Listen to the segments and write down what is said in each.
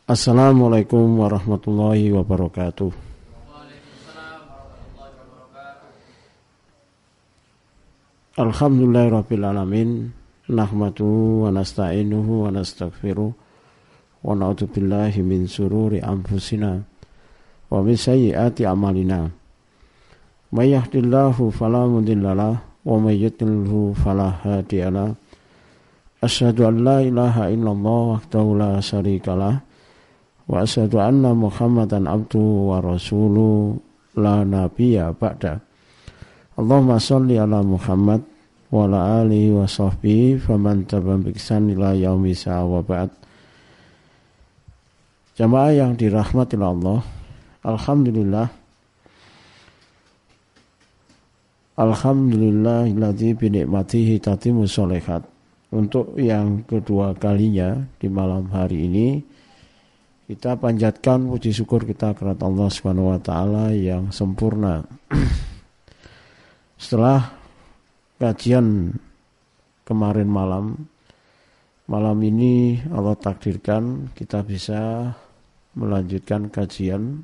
Assalamualaikum warahmatullahi wabarakatuh. Alhamdulillahirabbil alamin. Nahmaduhu wa nasta'inuhu wa nastaghfiruh wa na'udzu billahi min sururi anfusina wa min sayyiati a'malina. May yahdihillahu fala mudhillalah wa may yudlilhu fala hadiyalah. Asyhadu an la ilaha illallah wahdahu la syarikalah wa asyhadu anna Muhammadan abduhu wa rasuluhu la nabiyya ba'da. Allahumma shalli ala Muhammad wa ala alihi wa sahbihi faman tabi'ahum bi ihsan ila yaumil sa'a wa ba'd. Jamaah yang dirahmati Allah, alhamdulillahilladzi bi ni'matihi tatimmu sholihat. Untuk yang kedua kalinya di malam hari ini kita panjatkan puji syukur kita kepada Allah Subhanahu wa taala yang sempurna. Setelah kajian kemarin malam ini Allah takdirkan kita bisa melanjutkan kajian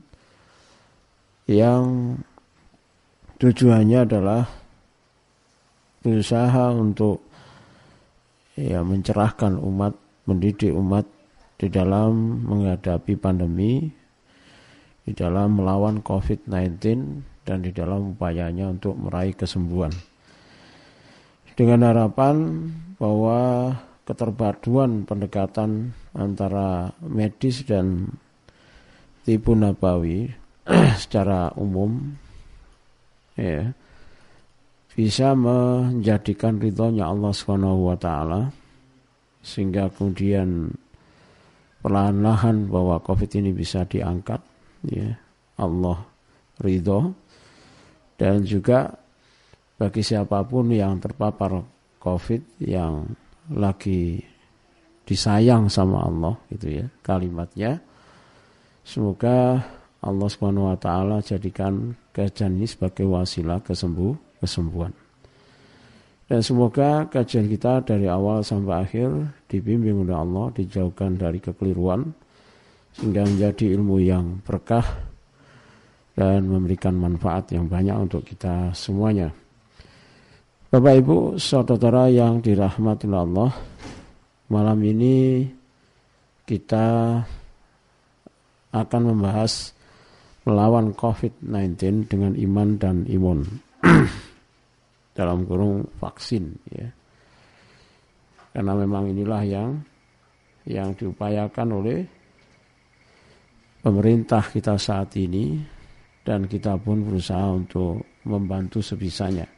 yang tujuannya adalah berusaha untuk mencerahkan umat, mendidik umat di dalam menghadapi pandemi, di dalam melawan COVID-19 dan di dalam upayanya untuk meraih kesembuhan. Dengan harapan bahwa keterpaduan pendekatan antara medis dan tibu nabawi secara umum bisa menjadikan ridhonya Allah Subhanahu wa taala, sehingga kemudian perlahan-lahan bahwa COVID ini bisa diangkat, Allah ridho. Dan juga bagi siapapun yang terpapar COVID yang lagi disayang sama Allah, kalimatnya, semoga Allah Subhanahu wa taala jadikan kajian ini sebagai wasilah kesembuhan. Dan semoga kajian kita dari awal sampai akhir dibimbing oleh Allah, dijauhkan dari kekeliruan, sehingga menjadi ilmu yang berkah dan memberikan manfaat yang banyak untuk kita semuanya. Bapak Ibu, saudara yang dirahmati Allah, malam ini kita akan membahas melawan COVID-19 dengan iman dan imun. Dalam kurung vaksin, karena memang inilah yang diupayakan oleh pemerintah kita saat ini, dan kita pun berusaha untuk membantu sebisanya.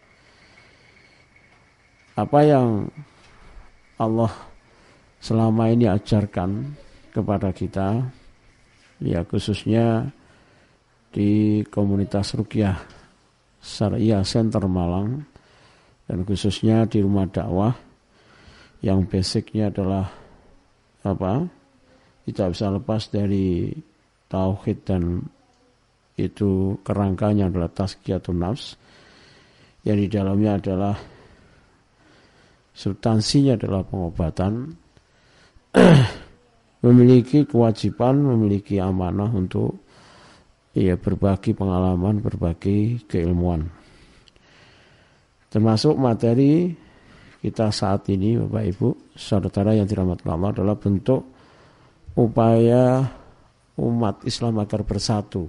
Apa yang Allah selama ini ajarkan kepada kita, khususnya di komunitas Ruqyah Syariah Center Malang, dan khususnya di rumah dakwah yang basicnya adalah tidak bisa lepas dari tauhid, dan itu kerangkanya adalah tazkiyatun nafs, yang di dalamnya adalah substansinya adalah pengobatan, memiliki kewajiban, memiliki amanah untuk berbagi pengalaman, berbagi keilmuan. Termasuk materi kita saat ini, Bapak Ibu, saudara yang dirahmati Allah, adalah bentuk upaya umat Islam agar bersatu.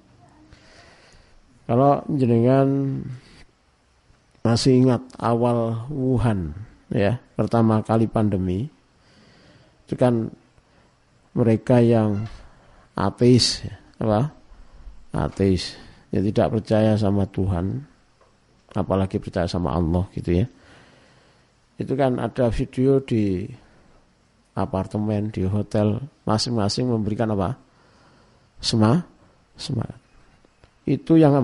Kalau jenengan masih ingat awal Wuhan, pertama kali pandemi, itu kan mereka yang ateis, ateis, yang tidak percaya sama Tuhan, apalagi percaya sama Allah, Itu kan ada video di apartemen, di hotel, masing-masing memberikan semangat. Itu yang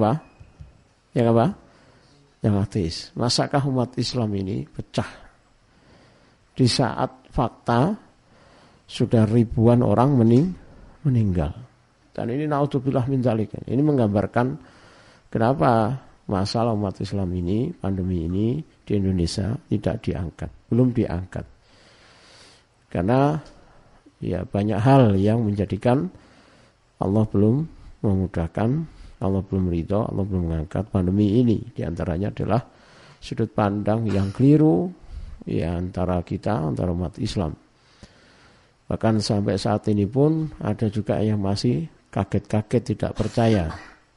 yang ateis. Masakah umat Islam ini pecah di saat fakta sudah ribuan orang meninggal? Dan ini naudzubillah min dzalik. Ini menggambarkan kenapa masalah umat Islam ini, pandemi ini di Indonesia tidak diangkat, belum diangkat. Karena ya banyak hal yang menjadikan Allah belum memudahkan, Allah belum ridho, Allah belum mengangkat pandemi ini. Di antaranya adalah sudut pandang yang keliru ya antara kita, antara umat Islam. Bahkan sampai saat ini pun ada juga yang masih kaget-kaget, tidak percaya.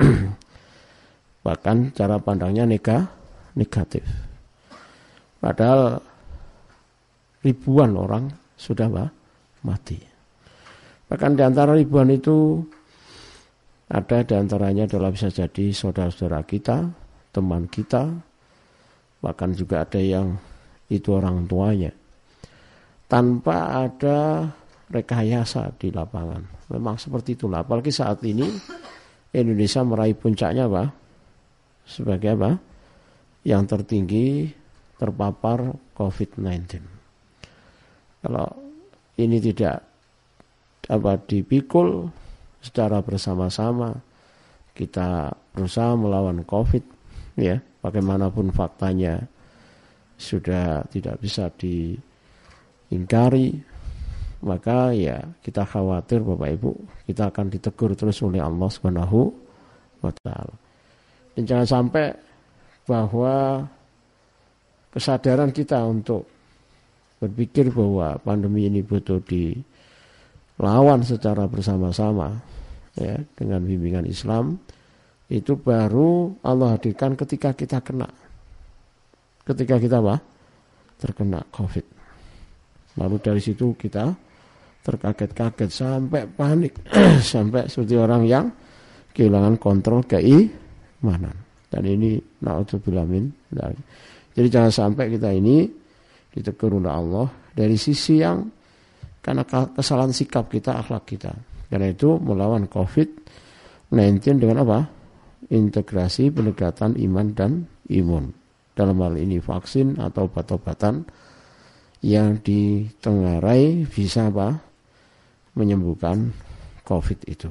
Bahkan cara pandangnya negatif. Padahal ribuan orang sudah mati. Bahkan di antara ribuan itu ada di antaranya adalah bisa jadi saudara-saudara kita, teman kita, bahkan juga ada yang itu orang tuanya. Tanpa ada rekayasa di lapangan. Memang seperti itulah. Apalagi saat ini Indonesia meraih puncaknya apa? Sebagai apa? Yang tertinggi terpapar COVID-19. Kalau ini tidak dipikul secara bersama-sama, kita berusaha melawan COVID, ya, bagaimanapun faktanya sudah tidak bisa diingkari, maka ya kita khawatir Bapak Ibu, kita akan ditegur terus oleh Allah Subhanahu wa taala. Dan jangan sampai bahwa kesadaran kita untuk berpikir bahwa pandemi ini butuh dilawan secara bersama-sama ya dengan bimbingan Islam, itu baru Allah hadirkan ketika kita kena. Ketika kita terkena COVID. Lalu dari situ kita terkaget-kaget sampai panik, sampai seperti orang yang kehilangan kontrol keimanan. Dan ini na'udzubillah min dzalik. Jadi jangan sampai kita ini ditegur oleh Allah dari sisi yang karena kesalahan sikap kita, akhlak kita. Karena itu melawan COVID-19 dengan apa? Integrasi pendekatan iman dan imun. Dalam hal ini vaksin atau obat-obatan yang ditengarai bisa apa? Menyembuhkan COVID itu.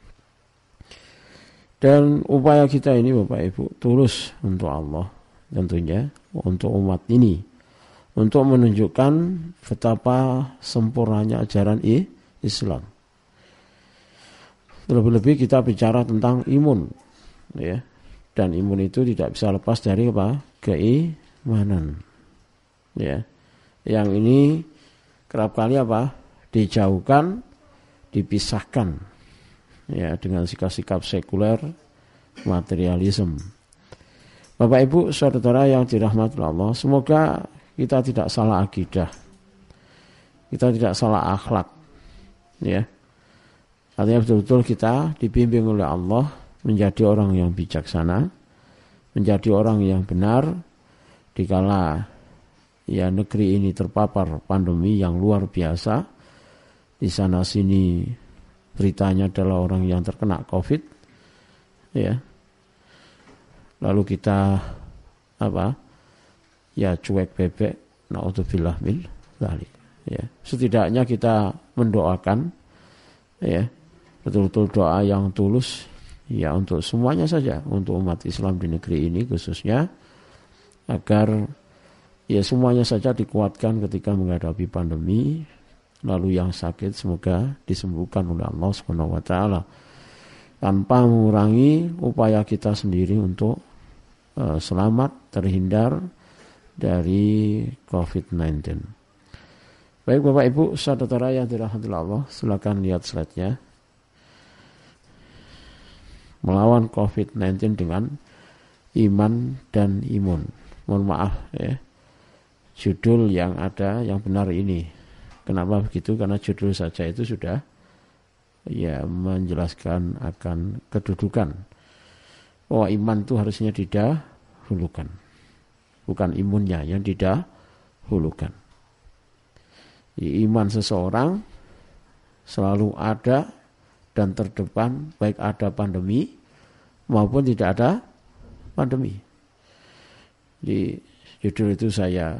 Dan upaya kita ini Bapak Ibu tulus untuk Allah tentunya, untuk umat ini, untuk menunjukkan betapa sempurnanya ajaran Islam. Lebih-lebih kita bicara tentang imun, ya. Dan imun itu tidak bisa lepas dari apa? Keimanan. Ya. Yang ini kerap kali apa? Dijauhkan, dipisahkan. Ya, dengan sikap-sikap sekuler, materialisme. Bapak Ibu, saudara yang dirahmati Allah, semoga kita tidak salah akidah. Kita tidak salah akhlak. Ya. Artinya betul-betul kita dibimbing oleh Allah menjadi orang yang bijaksana, menjadi orang yang benar dikala ya negeri ini terpapar pandemi yang luar biasa. Di sana sini beritanya adalah orang yang terkena COVID. Ya. Lalu kita ya cuek bebek, naudzubillah min dzalik. Ya, setidaknya kita mendoakan ya, betul-betul doa yang tulus ya untuk semuanya saja, untuk umat Islam di negeri ini khususnya, agar ya semuanya saja dikuatkan ketika menghadapi pandemi. Lalu yang sakit semoga disembuhkan oleh Allah Subhanahu wa taala tanpa mengurangi upaya kita sendiri untuk selamat terhindar dari COVID-19. Baik Bapak Ibu, saudara yang dirahmati Allah, silakan lihat slide-nya. Melawan COVID-19 dengan iman dan imun. Mohon maaf ya, judul yang ada yang benar ini. Kenapa begitu? Karena judul saja itu sudah ya menjelaskan akan kedudukan. Oh, iman itu harusnya didahulukan, bukan imunnya yang didahulukan. Iman seseorang selalu ada dan terdepan, baik ada pandemi maupun tidak ada pandemi. Di judul itu saya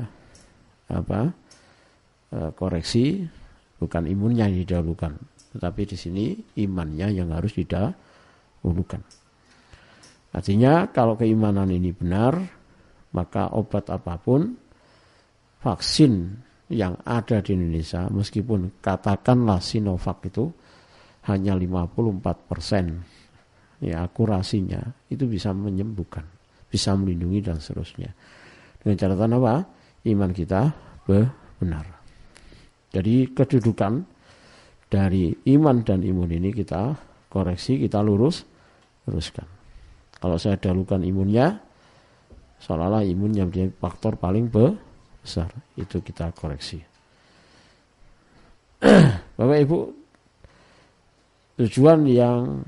koreksi, bukan imunnya yang didahulukan, tetapi di sini imannya yang harus didahulukan. Artinya kalau keimanan ini benar, maka obat apapun, vaksin yang ada di Indonesia, meskipun katakanlah Sinovac itu hanya 54% ya akurasinya, itu bisa menyembuhkan, bisa melindungi dan seterusnya. Dengan catatan apa? Iman kita benar. Jadi kedudukan dari iman dan imun ini kita koreksi, kita luruskan. Kalau saya dahulukan imunnya, seolah-olah imun yang menjadi faktor paling besar, itu kita koreksi. Bapak Ibu, tujuan yang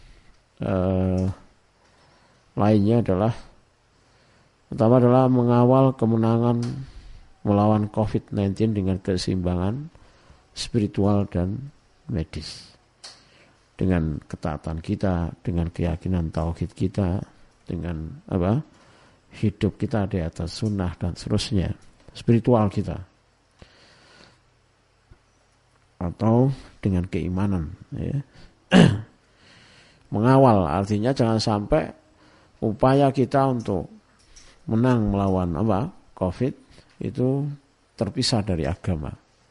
lainnya adalah, pertama adalah mengawal kemenangan melawan COVID-19 dengan keseimbangan spiritual dan medis. Dengan ketaatan kita, dengan keyakinan tauhid kita, dengan hidup kita di atas sunnah dan seterusnya, spiritual kita, atau dengan keimanan. Ya. Mengawal artinya jangan sampai upaya kita untuk menang melawan COVID itu terpisah dari agama.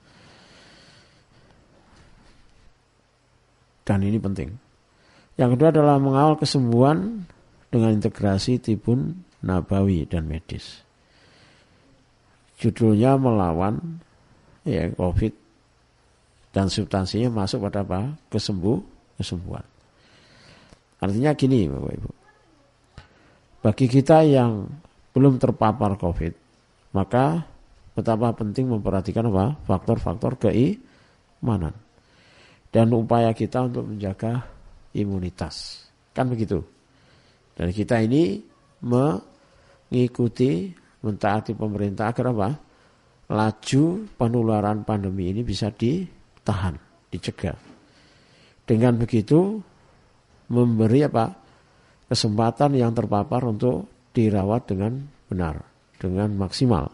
Dan ini penting. Yang kedua adalah mengawal kesembuhan dengan integrasi tibun nabawi dan medis. Judulnya melawan COVID dan substansinya masuk pada kesembuhan. Artinya gini Bapak Ibu. Bagi kita yang belum terpapar COVID, maka betapa penting memperhatikan faktor-faktor keimanan dan upaya kita untuk menjaga imunitas. Kan begitu. Dan kita ini mengikuti, mentaati pemerintah agar laju penularan pandemi ini bisa ditahan, dicegah. Dengan begitu memberi kesempatan yang terpapar untuk dirawat dengan benar, dengan maksimal.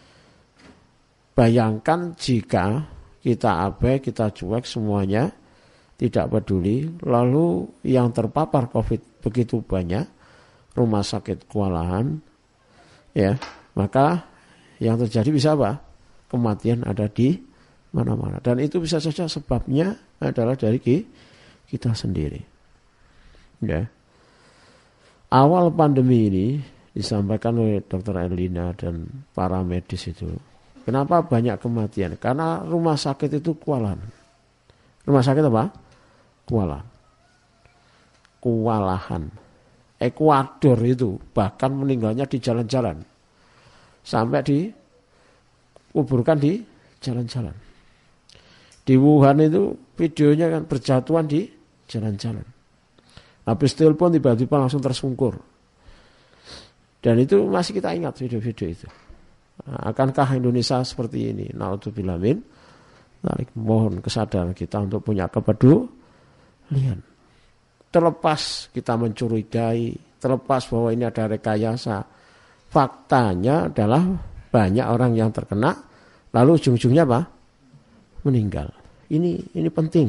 Bayangkan jika kita abai, kita cuek semuanya, tidak peduli, lalu yang terpapar COVID begitu banyak, rumah sakit kewalahan, ya, maka yang terjadi bisa kematian ada di mana-mana. Dan itu bisa saja sebabnya adalah dari kita sendiri. Ya. Awal pandemi ini disampaikan oleh Dr. Erlina dan para medis itu. Kenapa banyak kematian? Karena rumah sakit itu kewalahan. Rumah sakit Kewalahan. Ekuador itu bahkan meninggalnya di jalan-jalan. Sampai dikuburkan di jalan-jalan. Di Wuhan itu videonya kan berjatuhan di jalan-jalan. Habis telepon tiba-tiba langsung tersungkur. Dan itu masih kita ingat video-video itu. Nah, akankah Indonesia seperti ini? Naudzubillah min dzalik. Mohon kesadaran kita untuk punya kepedulian. Terlepas kita mencurigai, terlepas bahwa ini ada rekayasa, faktanya adalah banyak orang yang terkena, lalu ujung-ujungnya meninggal. Ini penting.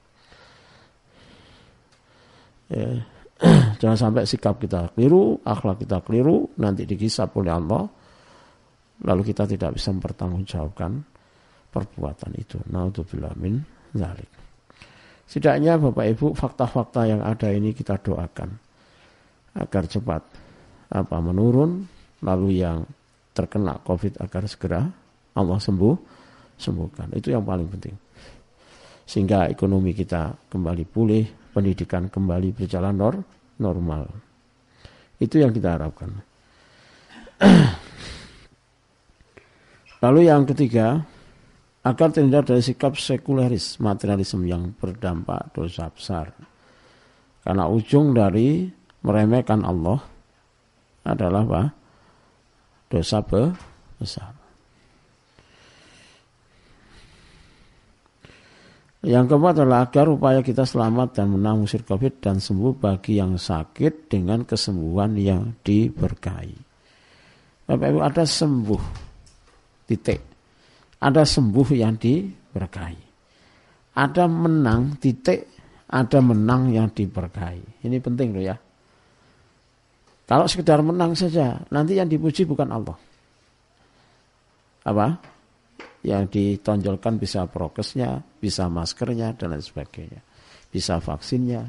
Ya. Jangan sampai sikap kita keliru, akhlak kita keliru, nanti dihisab oleh Allah, lalu kita tidak bisa mempertanggungjawabkan perbuatan itu. Naudzubillah min dzalik. Setidaknya Bapak Ibu, fakta-fakta yang ada ini kita doakan agar cepat menurun, lalu yang terkena COVID agar segera Allah sembuhkan. Itu yang paling penting. Sehingga ekonomi kita kembali pulih, pendidikan kembali berjalan normal. Itu yang kita harapkan. Lalu yang ketiga, agar terhindar dari sikap sekuleris, materialisme yang berdampak dosa besar. Karena ujung dari meremehkan Allah adalah dosa besar. Yang keempat adalah agar upaya kita selamat dan menang musir COVID dan sembuh bagi yang sakit dengan kesembuhan yang diberkahi. Bapak Ibu, ada sembuh, titik. Ada sembuh yang diberkahi. Ada menang, titik. Ada menang yang diberkahi. Ini penting loh ya. Kalau sekedar menang saja, nanti yang dipuji bukan Allah. Yang ditonjolkan bisa prokesnya, bisa maskernya dan lain sebagainya. Bisa vaksinnya.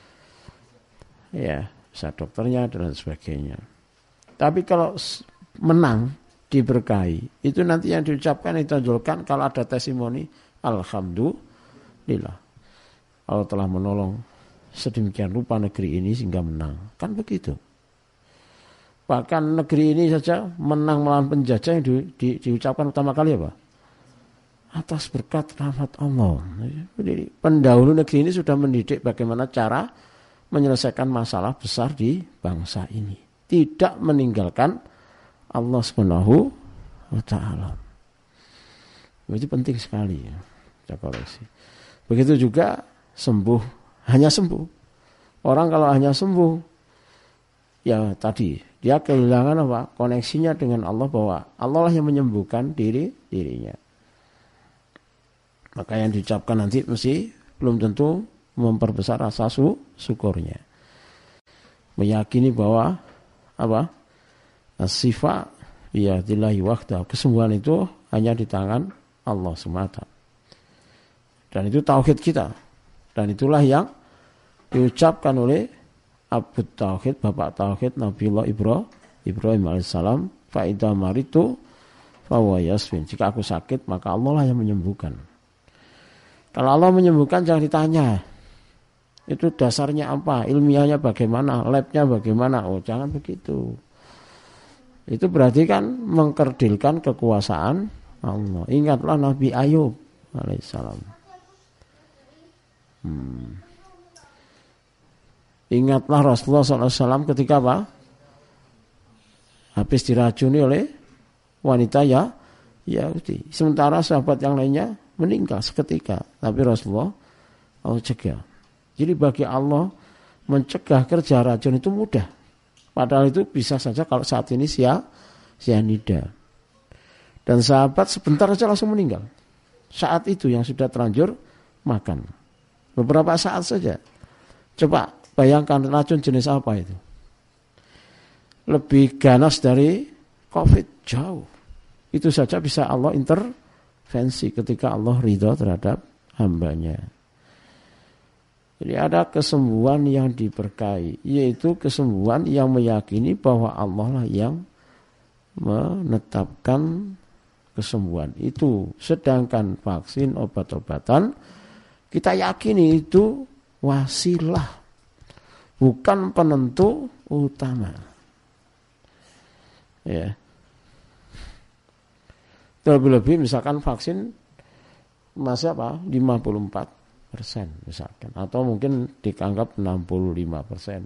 Ya, bisa dokternya dan lain sebagainya. Tapi kalau menang diberkahi, itu nanti yang diucapkan ditonjolkan kalau ada testimoni, alhamdulillah. Allah telah menolong sedemikian rupa negeri ini sehingga menang. Kan begitu. Bahkan negeri ini saja menang melawan penjajah yang diucapkan utama kali apa? Atas berkat rahmat Allah. Jadi pendahulu negeri ini sudah mendidik bagaimana cara menyelesaikan masalah besar di bangsa ini. Tidak meninggalkan Allah Subhanahu wa ta'ala. Itu penting sekali ya. Kita koreksi. Begitu juga sembuh, hanya sembuh. Orang kalau hanya sembuh, ya tadi dia kehilangan apa? Koneksinya dengan Allah, bahwa Allah lah yang menyembuhkan dirinya. Maka yang diucapkan nanti mesti belum tentu memperbesar rasa syukurnya. Meyakini bahwa apa? As-sifa biyadillahi wahda. Kesembuhan itu hanya di tangan Allah semata. Dan itu tauhid kita. Dan itulah yang diucapkan oleh Abu Tauhid, Bapak Tauhid Nabiullah Ibrahim alaihissalam, fa idza maritu fa huwa yasfin. Jika aku sakit maka Allah lah yang menyembuhkan. Kalau Allah menyembuhkan jangan ditanya. Itu dasarnya apa? Ilmiahnya bagaimana? Labnya bagaimana? Oh, jangan begitu. Itu berarti kan mengkerdilkan kekuasaan Allah. Ingatlah Nabi Ayub alaihissalam. Ingatlah Rasulullah SAW ketika apa? Habis diracuni oleh wanita Yahudi. Sementara sahabat yang lainnya meninggal seketika. Tapi Rasulullah cegah. Jadi bagi Allah mencegah kerja racun itu mudah. Padahal itu bisa saja kalau saat ini cyanida. Dan sahabat sebentar saja langsung meninggal. Saat itu yang sudah terlanjur makan. Beberapa saat saja. Coba bayangkan racun jenis apa itu. Lebih ganas dari COVID jauh. Itu saja bisa Allah intervensi ketika Allah ridha terhadap hambanya. Jadi ada kesembuhan yang diberkahi, yaitu kesembuhan yang meyakini bahwa Allah lah yang menetapkan kesembuhan itu. Sedangkan vaksin, obat-obatan, kita yakini itu wasilah, bukan penentu utama. Ya. Terlebih-lebih misalkan vaksin masih 54% misalkan, atau mungkin dianggap 65%.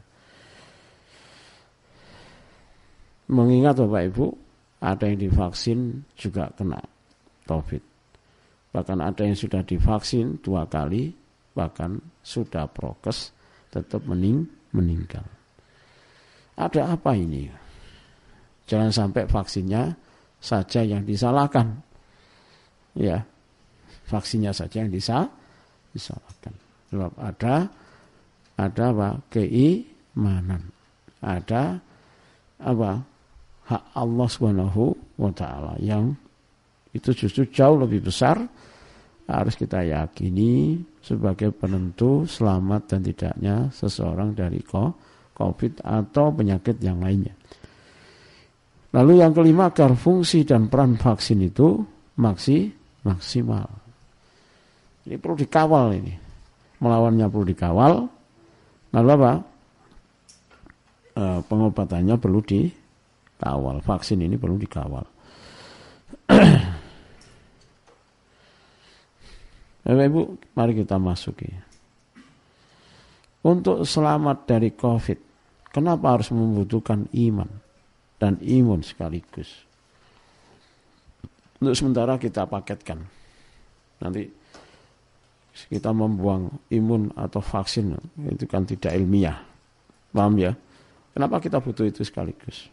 Mengingat Bapak Ibu, ada yang divaksin juga kena COVID. Bahkan ada yang sudah divaksin 2 kali, bahkan sudah prokes tetap meninggal. Ada apa ini? Jangan sampai vaksinnya saja yang disalahkan. Ya, vaksinnya saja yang disalahkan. Sebab ada apa? Keimanan. Ada apa? Hak Allah Subhanahu wa ta'ala yang itu justru jauh lebih besar, harus kita yakini sebagai penentu selamat dan tidaknya seseorang dari COVID atau penyakit yang lainnya. Lalu yang kelima, agar fungsi dan peran vaksin itu maksimal. Ini perlu dikawal ini. Melawannya perlu dikawal. Lalu apa? Pengobatannya perlu dikawal. Vaksin ini perlu dikawal. Bapak Ibu, mari kita masuki. Untuk selamat dari COVID, kenapa harus membutuhkan iman dan imun sekaligus? Untuk sementara kita paketkan. Nanti kita membuang imun atau vaksin, itu kan tidak ilmiah. Paham ya? Kenapa kita butuh itu sekaligus?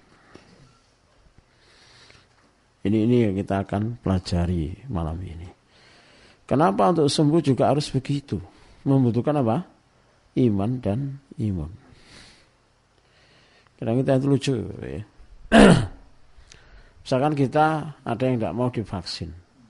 Ini yang kita akan pelajari malam ini. Kenapa untuk sembuh juga harus begitu? Membutuhkan apa? Iman dan imun. Kadang kita itu lucu ya. Misalkan kita ada yang tidak mau divaksin.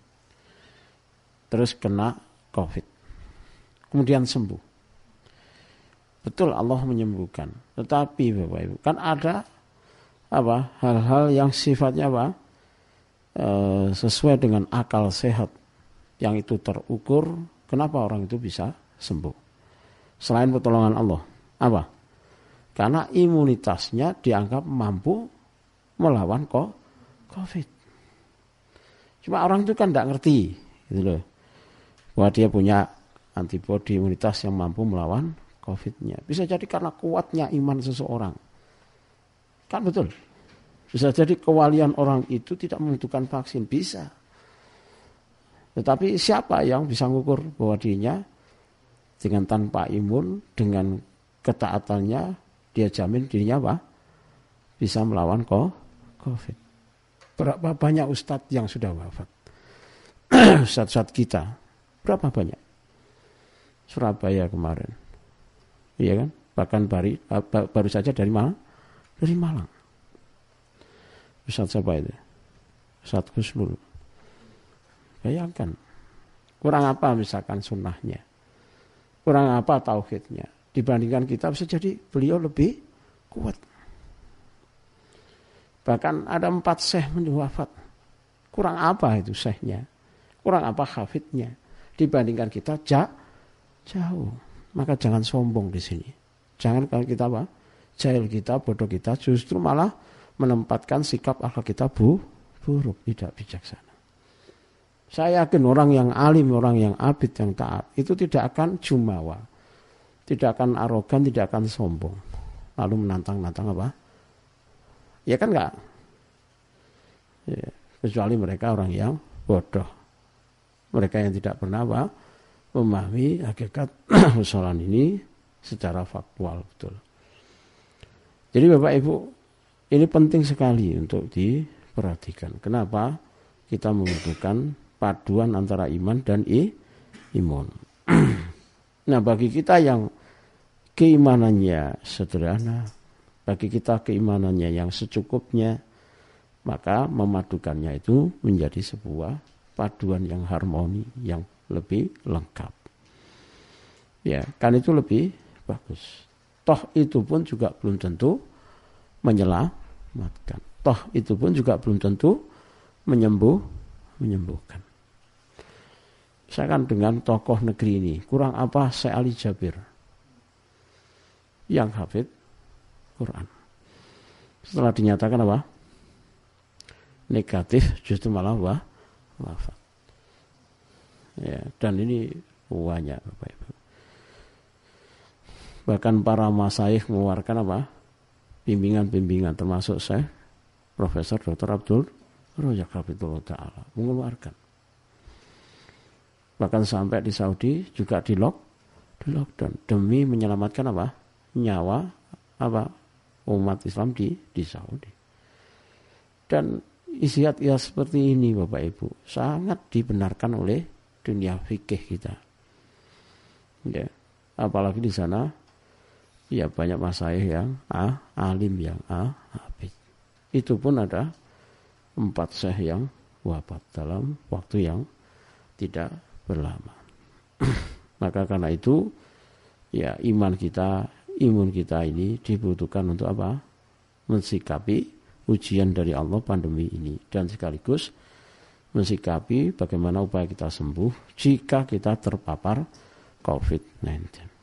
terus kena COVID, kemudian sembuh. Betul Allah menyembuhkan, tetapi Bapak Ibu kan ada hal-hal yang sifatnya sesuai dengan akal sehat, yang itu terukur. Kenapa orang itu bisa sembuh selain pertolongan Allah? Karena imunitasnya dianggap mampu melawan COVID. Cuma orang itu kan tidak ngerti gitu loh, bahwa dia punya antibodi imunitas yang mampu melawan COVID-nya. Bisa jadi karena kuatnya iman seseorang. Kan betul. Bisa jadi kewalian orang itu tidak membutuhkan vaksin. Bisa. Tetapi siapa yang bisa mengukur bahwa dirinya dengan tanpa imun, dengan ketaatannya, dia jamin dirinya bisa melawan COVID. Berapa banyak ustadz yang sudah wafat? Ustadz kita. Berapa banyak? Surabaya kemarin. Iya kan? Bahkan baru saja dari mana? Dari Malang. Ustadz siapa itu? Ustadz Husnul. Bayangkan. Kurang apa misalkan sunnahnya? Kurang apa tauhidnya? Dibandingkan kita bisa jadi beliau lebih kuat. Bahkan ada 4 syekh wafat. Kurang apa itu syekhnya? Kurang apa hafidnya? Dibandingkan kita jauh. Maka jangan sombong di sini. Jangan kalau kita jahil kita, bodoh kita, justru malah menempatkan sikap akhlak kita buruk, tidak bijaksana. Saya yakin orang yang alim, orang yang abid, yang taat, itu tidak akan jumawa, tidak akan arogan, tidak akan sombong, lalu menantang-nantang ya kan enggak? Ya, kecuali mereka orang yang bodoh, mereka yang tidak pernah memahami hakikat persoalan ini secara faktual betul. Jadi Bapak Ibu, ini penting sekali untuk diperhatikan. Kenapa kita membutuhkan paduan antara iman dan imun. Nah, bagi kita yang keimanannya sederhana, bagi kita keimanannya yang secukupnya, maka memadukannya itu menjadi sebuah paduan yang harmoni, yang lebih lengkap. Ya, kan itu lebih bagus. Toh itu pun juga belum tentu menyelamatkan. Toh itu pun juga belum tentu menyembuhkan. Misalkan dengan tokoh negeri ini, kurang apa Syekh Ali Jabir yang hafid Quran. Setelah dinyatakan negatif, justru malah wafat. Ya, dan ini banyak Bapak Ibu. Bahkan para masyayikh mengeluarkan bimbingan-bimbingan, termasuk Syekh Profesor Dr. Abdul Razak Hafizahullah Ta'ala mengeluarkan. Bahkan sampai di Saudi juga di lockdown demi menyelamatkan nyawa umat Islam di Saudi. Dan istiadat seperti ini Bapak Ibu sangat dibenarkan oleh dunia fikih kita. Ya, apalagi di sana ya banyak masyayikh yang alim, yang abid. Itu pun ada 4 syekh yang wafat dalam waktu yang tidak berlama. Maka karena itu ya imun kita ini dibutuhkan untuk mensikapi ujian dari Allah pandemi ini, dan sekaligus mensikapi bagaimana upaya kita sembuh jika kita terpapar COVID-19.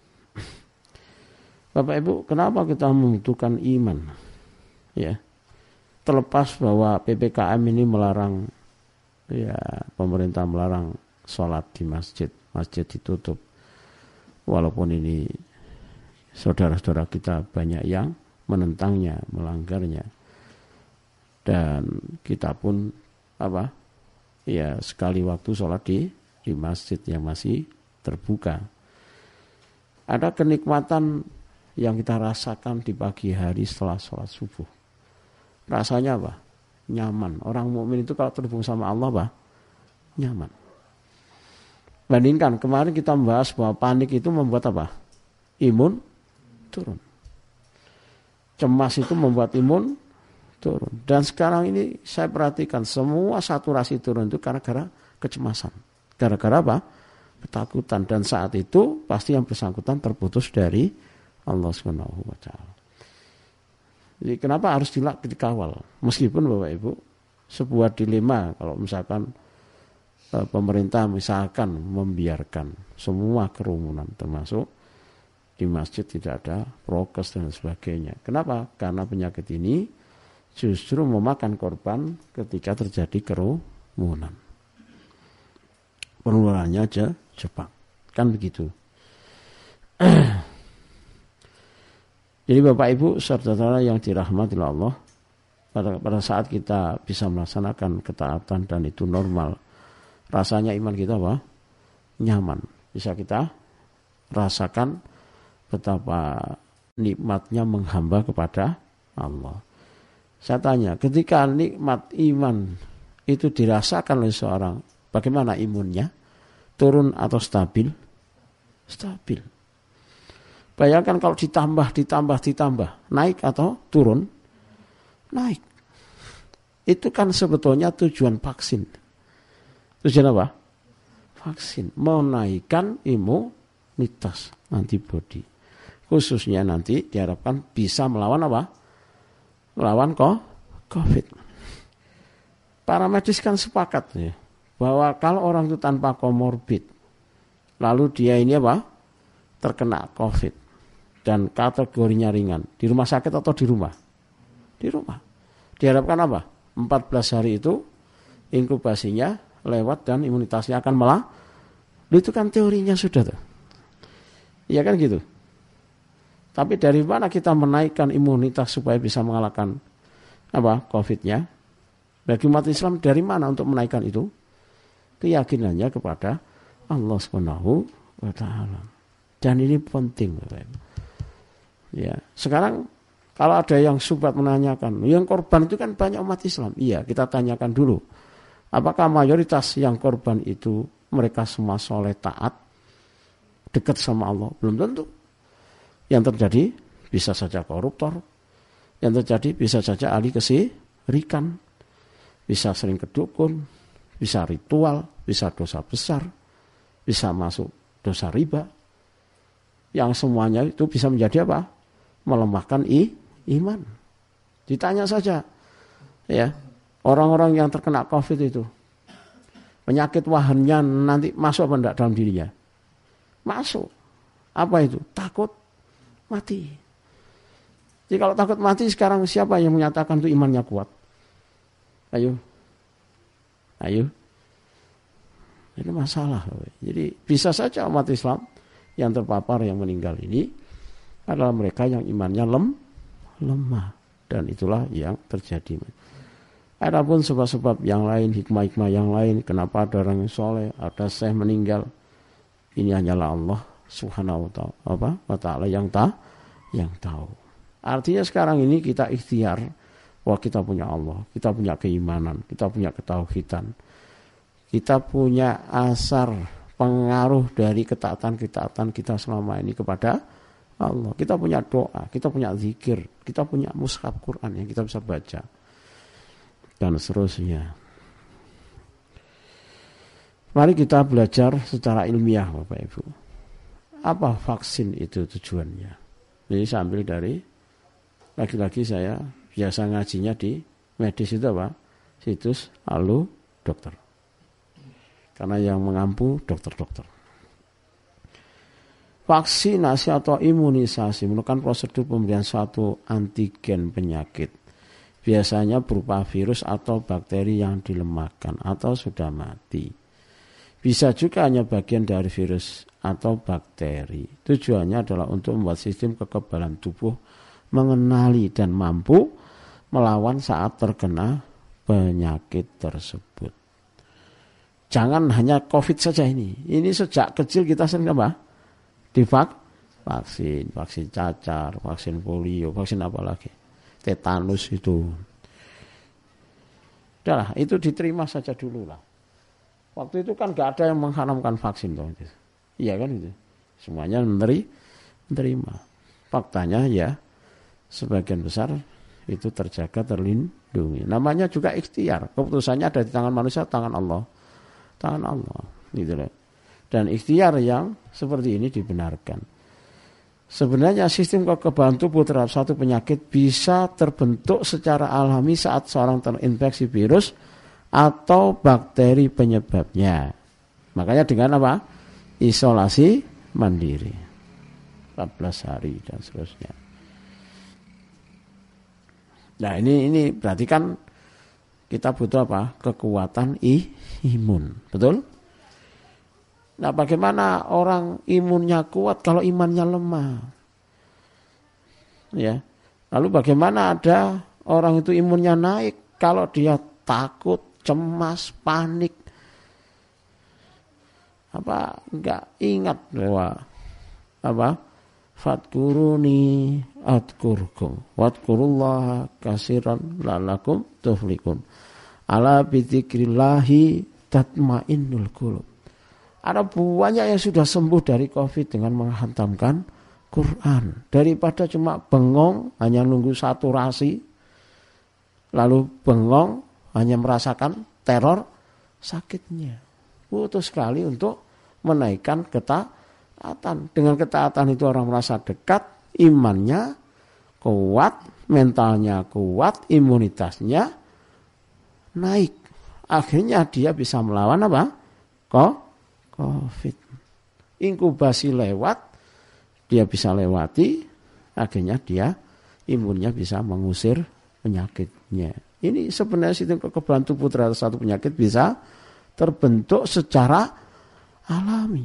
Bapak Ibu, kenapa kita membutuhkan iman? Ya, terlepas bahwa PPKM ini melarang, ya pemerintah melarang sholat di masjid ditutup. Walaupun ini saudara-saudara kita banyak yang menentangnya, melanggarnya, dan kita pun ya sekali waktu sholat di masjid yang masih terbuka. Ada kenikmatan yang kita rasakan di pagi hari setelah sholat subuh. Rasanya nyaman. Orang mukmin itu kalau terhubung sama Allah nyaman. Bandingkan kemarin kita membahas bahwa panik itu membuat imun turun. Cemas itu membuat imun turun. Dan sekarang ini saya perhatikan semua saturasi turun itu karena kecemasan, Gara-gara apa? Ketakutan. Dan saat itu pasti yang bersangkutan terputus dari Allah Subhanahu wa taala. Jadi kenapa harus dikawal? Meskipun Bapak Ibu sebuah dilema kalau misalkan pemerintah misalkan membiarkan semua kerumunan termasuk di masjid tidak ada prokes dan sebagainya. Kenapa? Karena penyakit ini justru memakan korban ketika terjadi kerumunan. Penularannya aja cepat. Kan begitu. Jadi Bapak Ibu saudara yang dirahmati Allah, pada saat kita bisa melaksanakan ketaatan dan itu normal, rasanya iman kita apa? Nyaman. Bisa kita rasakan betapa nikmatnya menghamba kepada Allah. Saya tanya, ketika nikmat iman itu dirasakan oleh seorang, bagaimana imunnya? Turun atau stabil? Stabil. Bayangkan kalau ditambah, naik atau turun? Naik. Itu kan sebetulnya tujuan vaksin. Tujuan apa? Vaksin. Menaikkan imunitas antibodi. Khususnya nanti diharapkan bisa melawan apa? Melawan COVID. Para medis kan sepakat ya, bahwa kalau orang itu tanpa komorbid, lalu dia ini apa? Terkena COVID. Dan kategorinya ringan. Di rumah sakit atau di rumah? Di rumah. Diharapkan apa? 14 hari itu inkubasinya lewat dan imunitasnya akan itu kan teorinya sudah tuh. Iya kan gitu. Tapi dari mana kita menaikkan imunitas supaya bisa mengalahkan apa? COVID-nya? Bagi umat Islam dari mana untuk menaikkan itu? Keyakinannya kepada Allah Subhanahu wa taala. Dan ini penting, Bapak Ibu. Ya, sekarang kalau ada yang subhat menanyakan, yang korban itu kan banyak umat Islam. Iya, kita tanyakan dulu. Apakah mayoritas yang korban itu mereka semua soleh taat, dekat sama Allah? Belum tentu. Yang terjadi bisa saja koruptor, yang terjadi bisa saja ahli kesirikan, bisa sering kedukun, bisa ritual, bisa dosa besar, bisa masuk dosa riba. Yang semuanya itu bisa menjadi apa? Melemahkan iman. Ditanya saja, ya, orang-orang yang terkena COVID itu, penyakit wahannya nanti masuk apa enggak dalam dirinya? Masuk. Apa itu? Takut mati. Jadi kalau takut mati sekarang siapa yang menyatakan itu imannya kuat? Ayo. Ini masalah. Jadi bisa saja umat Islam yang terpapar, yang meninggal ini adalah mereka yang imannya lemah. Dan itulah yang terjadi. Adapun sebab-sebab yang lain, hikmah-hikmah yang lain, kenapa ada orang yang soleh, ada syekh meninggal, ini hanyalah Allah Subhanahu wa ta'ala yang tahu. Artinya sekarang ini kita ikhtiar bahwa kita punya Allah, kita punya keimanan, kita punya ketauhidan, kita punya asar pengaruh dari ketaatan kita selama ini kepada Allah. Kita punya doa, kita punya zikir, kita punya mushaf Quran yang kita bisa baca, dan seterusnya. Mari kita belajar secara ilmiah, Bapak Ibu. Apa vaksin itu tujuannya? Ini saya ambil dari, lagi-lagi saya biasa ngajinya di medis itu apa? Situs Halo Dokter. Karena yang mengampu dokter-dokter. Vaksinasi atau imunisasi merupakan prosedur pemberian suatu antigen penyakit. Biasanya berupa virus atau bakteri yang dilemahkan atau sudah mati. Bisa juga hanya bagian dari virus atau bakteri. Tujuannya adalah untuk membuat sistem kekebalan tubuh mengenali dan mampu melawan saat terkena penyakit tersebut. Jangan hanya COVID saja ini. Ini sejak kecil kita sering apa? Vaksin cacar, vaksin polio, vaksin apa lagi? Tetanus itu. Udahlah, itu diterima saja dulu lah. Waktu itu kan gak ada yang mengharamkan vaksin toh. Iya kan itu. Semuanya menerima. Faktanya ya sebagian besar itu terjaga, terlindungi. Namanya juga ikhtiar. Keputusannya ada di tangan manusia, tangan Allah. Tangan Allah. gitu loh. Dan ikhtiar yang seperti ini dibenarkan. Sebenarnya sistem kekebalan tubuh terhadap satu penyakit bisa terbentuk secara alami saat seorang terinfeksi virus atau bakteri penyebabnya. Makanya dengan apa? Isolasi mandiri 14 hari dan seterusnya. Nah ini berarti kan kita butuh apa? Kekuatan imun, betul? Nah bagaimana orang imunnya kuat kalau imannya lemah? Ya. Lalu bagaimana ada orang itu imunnya naik kalau dia takut, cemas, panik? Apa enggak ingat bahwa apa? Fadkuruni adkurkum wadkurullaha kasiran lalakum tuflihun. Ala bidzikrillahi tatmainnul qulub. Ada banyak yang sudah sembuh dari COVID dengan menghantamkan Quran. Daripada cuma bengong, hanya nunggu saturasi, lalu bengong, hanya merasakan teror sakitnya. Butuh sekali untuk menaikkan ketaatan. Dengan ketaatan itu orang merasa dekat, imannya kuat, mentalnya kuat, imunitasnya naik. Akhirnya dia bisa melawan apa? COVID. Inkubasi lewat, dia bisa lewati, akhirnya dia imunnya bisa mengusir penyakitnya. Ini sebenarnya sistem kekebalan tubuh terhadap satu penyakit bisa terbentuk secara alami.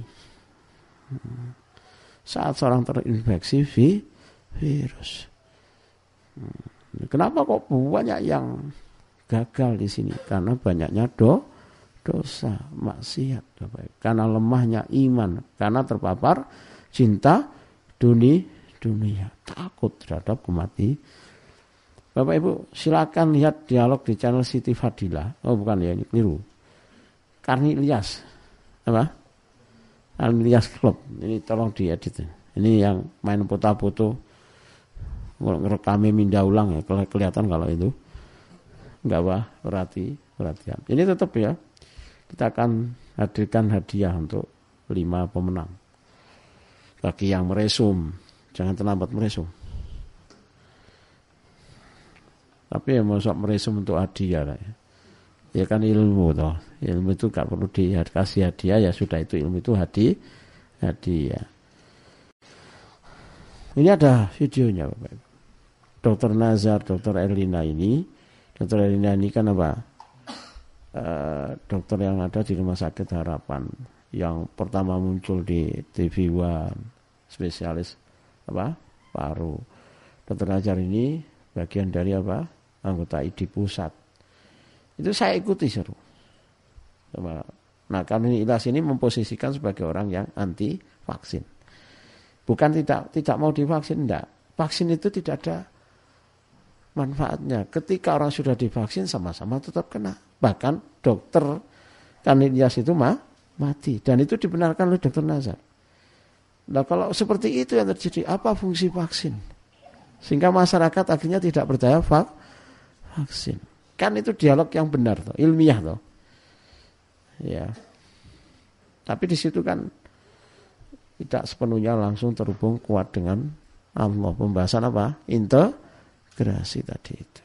Saat seorang terinfeksi virus. Kenapa kok banyak yang gagal di sini? Karena banyaknya dosa, maksiat, karena lemahnya iman, karena terpapar cinta dunia, takut terhadap kematian. Bapak Ibu silakan lihat dialog di channel Siti Fadilah. Oh bukan ya, ini keliru. Karni Ilyas, apa? Karni Ilyas Club. Ini tolong diedit. Ini yang main foto-foto, ngerekamnya minda ulang ya, kelihatan kalau itu. Enggak apa, perhatian. Ini tetap ya. Kita akan hadirkan hadiah untuk 5 pemenang. Bagi yang meresum, jangan terlambat meresum. Tapi ya masuk meresum untuk hadiah lah ya. Ya kan ilmu toh. Ilmu itu gak perlu dikasih hadiah, ya sudah itu ilmu itu hadiah. Ini ada videonya Bapak. Dr. Nazar, Dr. Erlina ini. Dr. Erlina ini kan apa? Dokter yang ada di Rumah Sakit Harapan yang pertama muncul di TV One, spesialis apa? Paru. Dr. Nazar ini bagian dari apa? Anggota ID pusat. Itu saya ikuti seru. Nah, Karni Ilyas ini memposisikan sebagai orang yang anti vaksin. Bukan tidak mau divaksin, enggak. Vaksin itu tidak ada manfaatnya. Ketika orang sudah divaksin sama-sama tetap kena. Bahkan dokter Karni Ilyas itu mati. Dan itu dibenarkan oleh Dr. Nazar. Nah kalau seperti itu yang terjadi, apa fungsi vaksin? Sehingga masyarakat akhirnya tidak percaya vaksin. Kan itu dialog yang benar, toh, ilmiah toh. Ya. Tapi di situ kan tidak sepenuhnya langsung terhubung kuat dengan Allah. Pembahasan apa? Integrasi tadi itu.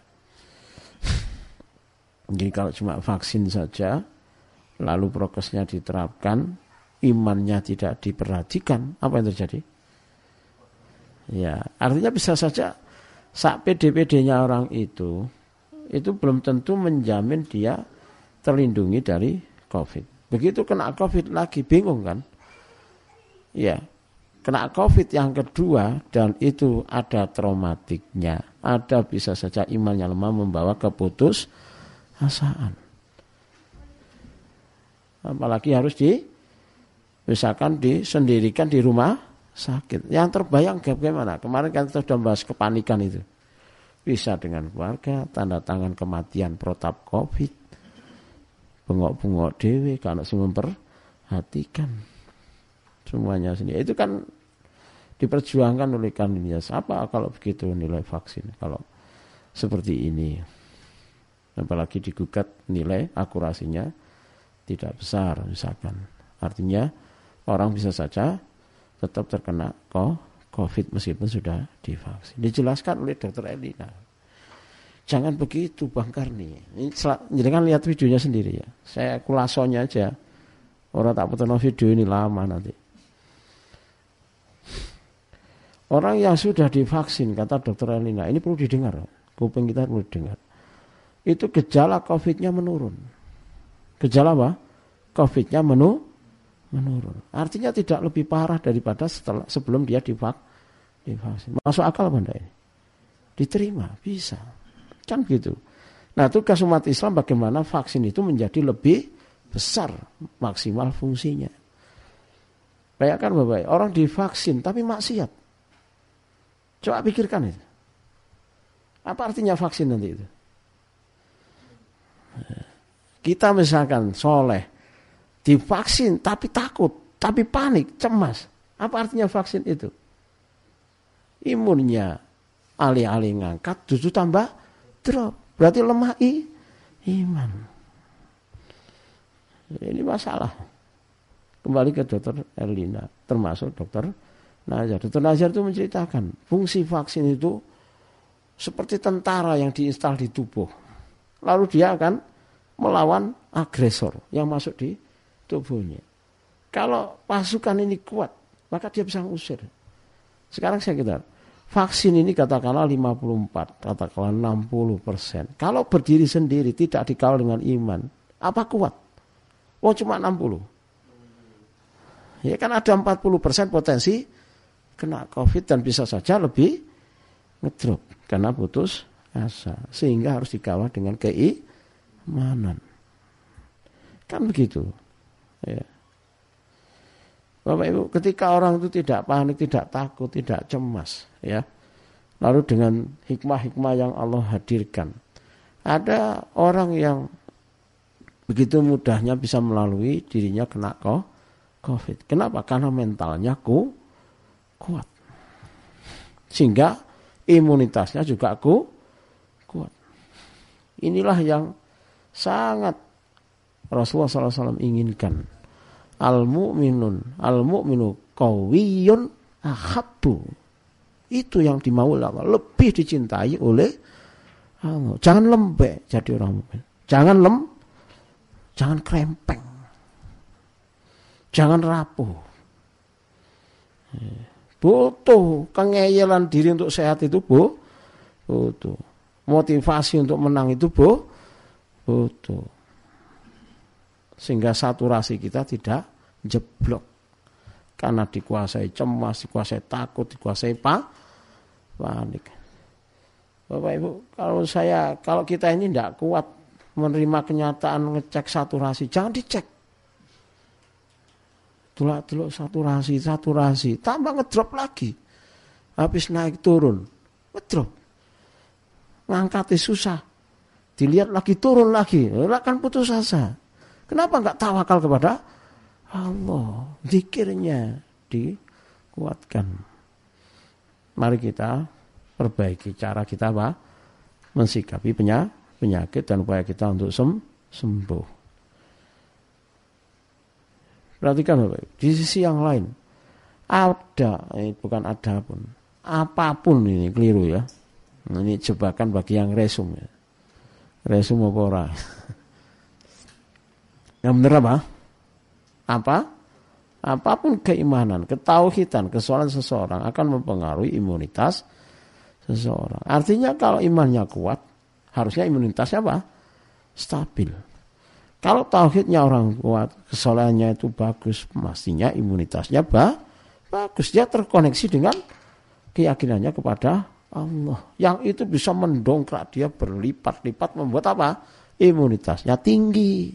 Jadi kalau cuma vaksin saja, lalu prokesnya diterapkan, imannya tidak diperhatikan, apa yang terjadi? Ya, artinya bisa saja sak PD-PD-nya orang itu belum tentu menjamin dia terlindungi dari COVID. Begitu kena COVID lagi, bingung kan? Ya, kena COVID yang kedua dan itu ada traumatiknya, ada bisa saja imannya lemah membawa keputusasaan. Apalagi harus misalkan disendirikan di rumah sakit. Yang terbayang bagaimana? Kemarin kan kita sudah bahas kepanikan itu. Bisa dengan keluarga, tanda tangan kematian protap COVID, bengok-bengok dewe, kalau semua memperhatikan semuanya sendiri. Itu kan diperjuangkan oleh Karni Ilyas. Apa kalau begitu nilai vaksin? Kalau seperti ini, apalagi digugat nilai akurasinya tidak besar misalkan. Artinya orang bisa saja tetap terkena COVID meskipun sudah divaksin. Dijelaskan oleh Dr. Elina. Jangan begitu Bang Karni. Jadi kan lihat videonya sendiri ya. Saya kulasonya aja. Orang tak putar video ini lama nanti. Orang yang sudah divaksin, kata Dr. Elina, ini perlu didengar. Kuping kita perlu didengar. Itu gejala COVID-nya menurun. Gejala apa? COVID-nya menurun. Artinya tidak lebih parah daripada sebelum dia divaksin. Masuk akal apa enggak ini? Diterima, bisa. Kan gitu. Nah, tugas umat Islam bagaimana vaksin itu menjadi lebih besar maksimal fungsinya. Bayangkan Bapak, orang divaksin tapi maksiat. Coba pikirkan itu. Apa artinya vaksin nanti itu? Kita misalkan soleh, divaksin tapi takut, tapi panik, cemas. Apa artinya vaksin itu? Imunnya alih-alih ngangkat, justru tambah drop. Berarti lemah iman. Ini masalah. Kembali ke Dr. Elina, termasuk Dr. Nazar. Dr. Nazar itu menceritakan fungsi vaksin itu seperti tentara yang diinstal di tubuh. Lalu dia akan melawan agresor yang masuk di tubuhnya. Kalau pasukan ini kuat, maka dia bisa ngusir. Sekarang saya kira, vaksin ini katakanlah 54, katakanlah 60%. Kalau berdiri sendiri tidak dikawal dengan iman, apa kuat? Oh cuma 60. Ya kan ada 40% potensi kena COVID dan bisa saja lebih ngedrop karena putus asa. Sehingga harus dikawal dengan keimanan. Kan begitu. Ya. Bapak Ibu, ketika orang itu tidak panik, tidak takut, tidak cemas, ya. Lalu dengan hikmah-hikmah yang Allah hadirkan, ada orang yang begitu mudahnya bisa melalui dirinya kena COVID. Kenapa? Karena mentalnya kuat. Sehingga imunitasnya juga kuat. Inilah yang sangat Rasulullah SAW inginkan. Al-mu'minu qawiyyun ahabbu. Itu yang dimau Allah, lebih dicintai oleh Allah. Jangan lembek jadi orang mukmin. Jangan krempeng. Jangan rapuh. Butuh kengeyelan diri untuk sehat itu butuh. Motivasi untuk menang itu butuh. Sehingga saturasi kita tidak jeblok. Karena dikuasai cemas, dikuasai takut, dikuasai panik. Bapak Ibu, kalau kita ini tidak kuat menerima kenyataan ngecek saturasi, jangan dicek. Tulak saturasi, tambah ngedrop lagi. Habis naik turun, ngedrop. Ngangkatnya susah. Dilihat lagi turun lagi, kan putus asa. Kenapa enggak tawakal kepada Allah? Zikirnya dikuatkan. Mari kita perbaiki cara kita mensikapi penyakit dan upaya kita untuk sembuh. Perhatikan Bapak, di sisi yang lain apapun ini keliru ya. Ini jebakan bagi yang resum ya. Resum apa ora? Yang benar apa? Apapun keimanan, ketauhidan, kesoalan seseorang akan mempengaruhi imunitas seseorang. Artinya kalau imannya kuat, harusnya imunitasnya stabil. Kalau tauhidnya orang kuat, kesolehannya itu bagus, pastinya imunitasnya bagus. Dia terkoneksi dengan keyakinannya kepada Allah. Yang itu bisa mendongkrak dia berlipat-lipat membuat imunitasnya tinggi.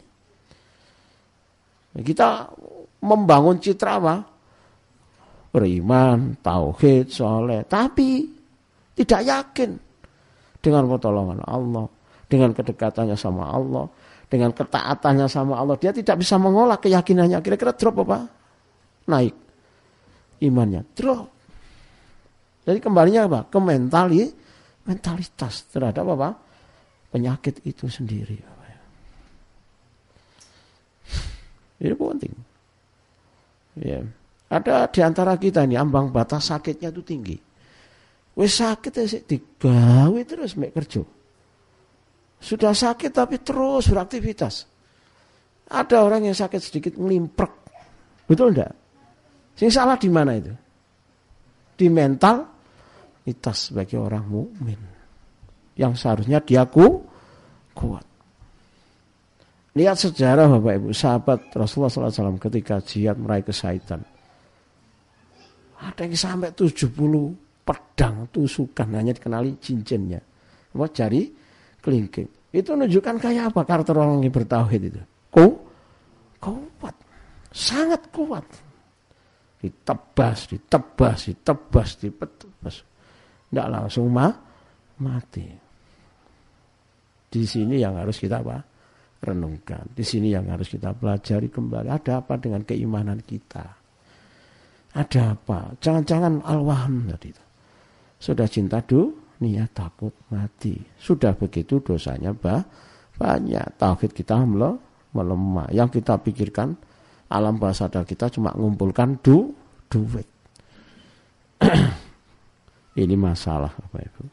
Kita membangun citra beriman, tauhid, soleh, tapi tidak yakin dengan pertolongan Allah, dengan kedekatannya sama Allah, dengan ketaatannya sama Allah. Dia tidak bisa mengolah keyakinannya. Kira-kira drop apa? Naik. Imannya drop. Jadi kembalinya ke mentalitas terhadap penyakit itu sendiri. Ini penting. Ya. Ada di antara kita ini ambang batas sakitnya itu tinggi. Wis sakit ya sik digawe terus mek kerja. Sudah sakit tapi terus beraktivitas. Ada orang yang sakit sedikit ngelimprek. Betul enggak? Sing salah di mana itu? Di mental kita sebagai orang mukmin yang seharusnya dia kuat. Lihat sejarah Bapak Ibu, sahabat Rasulullah SAW ketika jihad meraih kesahitan. Ada yang sampai 70 pedang tusukan hanya dikenali cincinnya. Jari kelingking. Itu menunjukkan kayak apa karakter orang yang bertauhid itu. Kuat. Sangat kuat. Ditebas. Tidak langsung mati. Di sini yang harus kita renungkan. Di sini yang harus kita pelajari kembali. Ada apa dengan keimanan kita? Ada apa? Jangan-jangan al-wahm tadi itu. Sudah cinta dunia takut mati. Sudah begitu dosanya banyak. Tauhid kita melemah. Yang kita pikirkan alam bawah sadar kita cuma mengumpulkan duit. Ini masalah Bapak Ibu.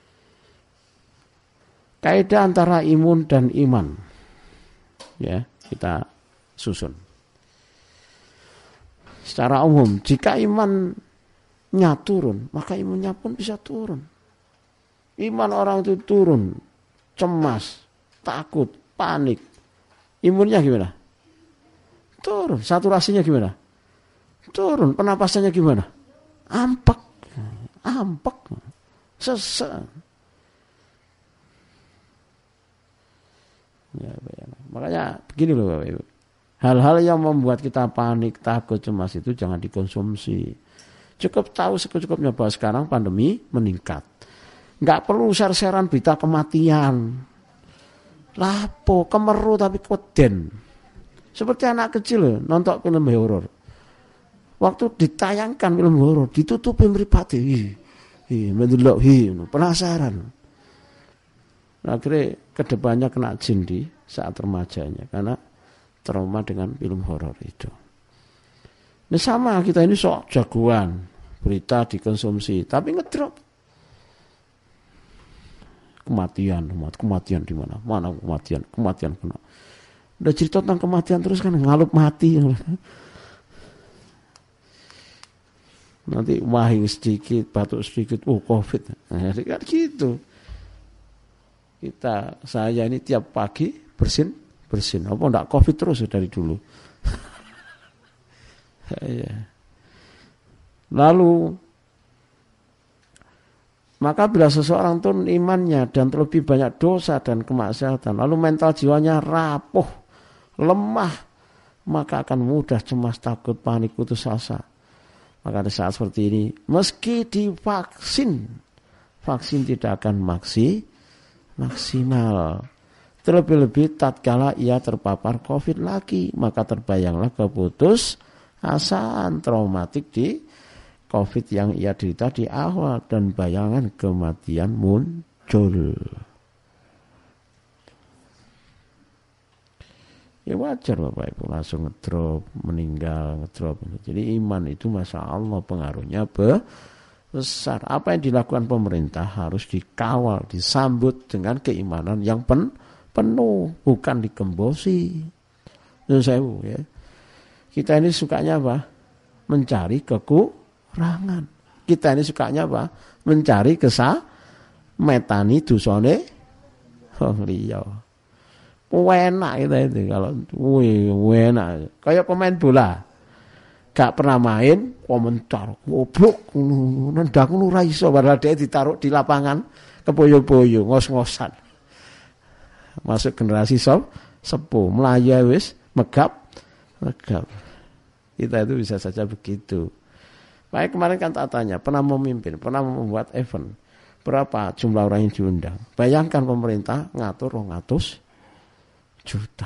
Kaidah antara imun dan iman. Ya, kita susun. Secara umum, jika imannya turun, maka imunnya pun bisa turun. Iman orang itu turun, cemas, takut, panik. Imunnya gimana? Turun. Saturasinya gimana? Turun. Penapasannya gimana? Ampek. Sesek. Ya, makanya begini loh Bapak Ibu. Hal-hal yang membuat kita panik, takut, cemas itu jangan dikonsumsi. Cukup tahu secukupnya bahwa sekarang pandemi meningkat. Enggak perlu share-sharean berita kematian. Lapo, kemeru tapi keweden. Seperti anak kecil nonton film horor. Waktu ditayangkan film horor, ditutupi mripate. Mendelok penasaran. Akhirnya kedepannya kena jin di saat remajanya karena trauma dengan film horor itu. Ini sama kita ini sok jagoan berita dikonsumsi tapi ngedrop. Kematian di mana? Mana kematian kena. Udah cerita tentang kematian terus kan ngalup mati. Nanti wahing sedikit, batuk sedikit, COVID. Nah, kan gitu. Saya ini tiap pagi bersin. Apa enggak COVID terus dari dulu. Ya. Lalu maka bila seseorang turun imannya dan terlebih banyak dosa dan kemaksiatan, lalu mental jiwanya rapuh, lemah, maka akan mudah cemas, takut, panik, putus asa. Maka di saat seperti ini, meski divaksin, vaksin tidak akan maksimal. Terlebih-lebih tatkala ia terpapar COVID lagi, maka terbayanglah keputusasaan traumatik di COVID yang ia derita di awal dan bayangan kematian muncul. Ya wajar Bapak Ibu langsung ngedrop, meninggal, ngedrop. Jadi iman itu Masya Allah pengaruhnya besar. Apa yang dilakukan pemerintah harus dikawal, disambut dengan keimanan yang penuh, bukan digembosi. Ya. Kita ini sukanya apa? Mencari kekurangan. Kita ini sukanya apa? Mencari metani dosane liya. Enak itu kalau enak. Kayak pemain bola. Gak pernah main, komentar, goblok, nendang ora iso padahal dia ditaruh di lapangan kepoyo-poyo, ngos-ngosan. Masuk generasi sepuh, Melayu wis megap. Kita itu bisa saja begitu. Baik kemarin kan tak tanya, pernah memimpin, pernah membuat event. Berapa jumlah orang yang diundang? Bayangkan pemerintah ngatur 200 juta.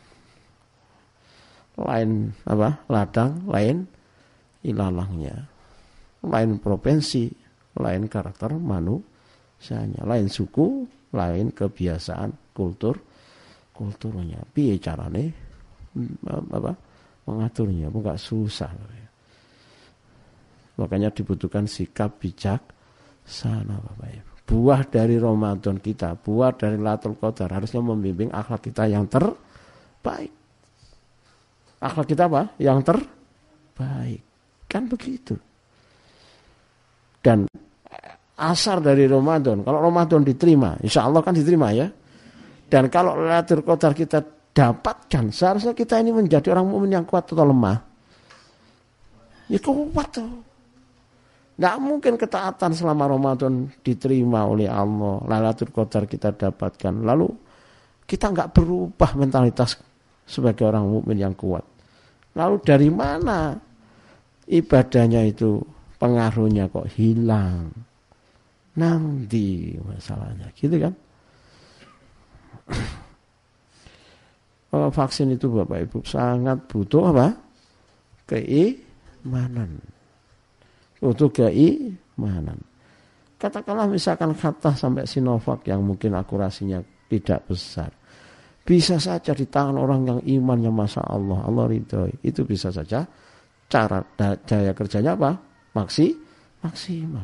Lain ladang, lain ilalangnya. Lain provinsi, lain karakter manusianya, lain suku, lain kebiasaan, kulturnya. Piye carane mengaturnya, enggak susah. Makanya dibutuhkan sikap bijaksana, Bapak Ibu. Buah dari Ramadan kita, buah dari Lailatul Qadar harusnya membimbing akhlak kita yang terbaik. Akhlak kita apa? Yang terbaik. Kan begitu. Dan asar dari Ramadan, kalau Ramadan diterima, insya Allah kan diterima ya. Dan kalau Lailatul Qadar kita dapatkan, seharusnya kita ini menjadi orang mukmin yang kuat atau lemah. Ya kuat tuh. Nggak mungkin ketaatan selama Ramadan diterima oleh Allah, Lailatul Qadar kita dapatkan, lalu kita nggak berubah mentalitas sebagai orang mukmin yang kuat. Lalu dari mana ibadahnya itu pengaruhnya kok hilang? Nanti masalahnya, gitu kan? Vaksin itu Bapak Ibu sangat butuh apa? Keimanan. Butuh keimanan. Katakanlah misalkan kata sampai Sinovac yang mungkin akurasinya tidak besar. Bisa saja di tangan orang yang imannya Masya Allah, Allah ridhoi. Itu bisa saja cara daya kerjanya apa? Maksimal.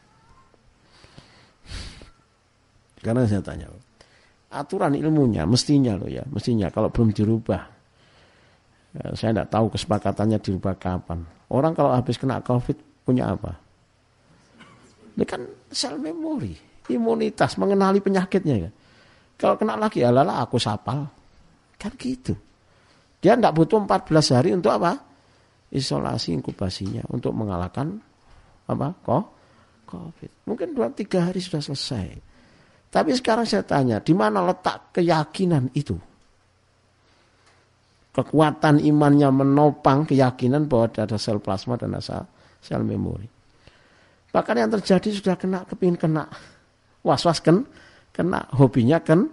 Karena saya tanya, aturan ilmunya mestinya kalau belum dirubah. Saya tidak tahu kesepakatannya dirubah kapan. Orang kalau habis kena COVID punya apa? Ini kan sel memori, imunitas, mengenali penyakitnya. Kan? Kalau kena lagi, alalah aku sapal. Kan gitu. Dia tidak butuh 14 hari untuk apa? Isolasi inkubasinya, untuk mengalahkan apa? COVID. Mungkin 2-3 hari sudah selesai. Tapi sekarang saya tanya, di mana letak keyakinan itu? Kekuatan imannya menopang keyakinan bahwa ada sel plasma dan ada sel memori. Bahkan yang terjadi sudah kepingin kena, was-was kena, hobinya kena.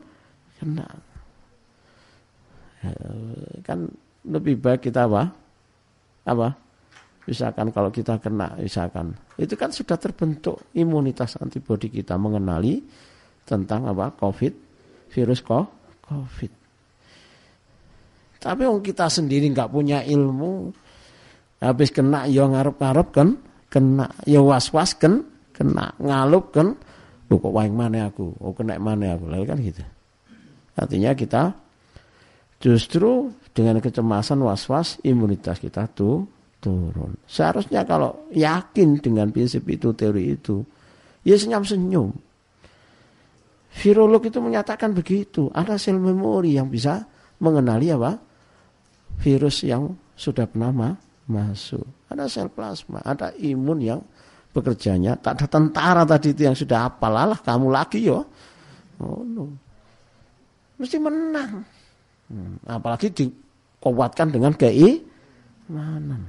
Kan lebih baik kita apa? Misalkan kalau kita kena, misalkan itu kan sudah terbentuk imunitas antibodi kita mengenali tentang apa? Virus COVID. Tapi orang kita sendiri nggak punya ilmu, habis kena ya ngarep-ngarep kan, kena ya was-was kan, kena ngalup kan, lu kok waing mana aku, kena mana aku, lalu kan gitu. Artinya kita justru dengan kecemasan was-was imunitas kita tuh turun. Seharusnya kalau yakin dengan prinsip itu, teori itu, ya senyum-senyum. Virolog itu menyatakan begitu, ada sel memori yang bisa mengenali apa? Virus yang sudah pernah masuk. Ada sel plasma, ada imun yang bekerjanya. Tak ada tentara tadi itu yang sudah hafal, alah kamu lagi yo. Oh, no. Mesti menang. Apalagi dikuatkan dengan keimanan.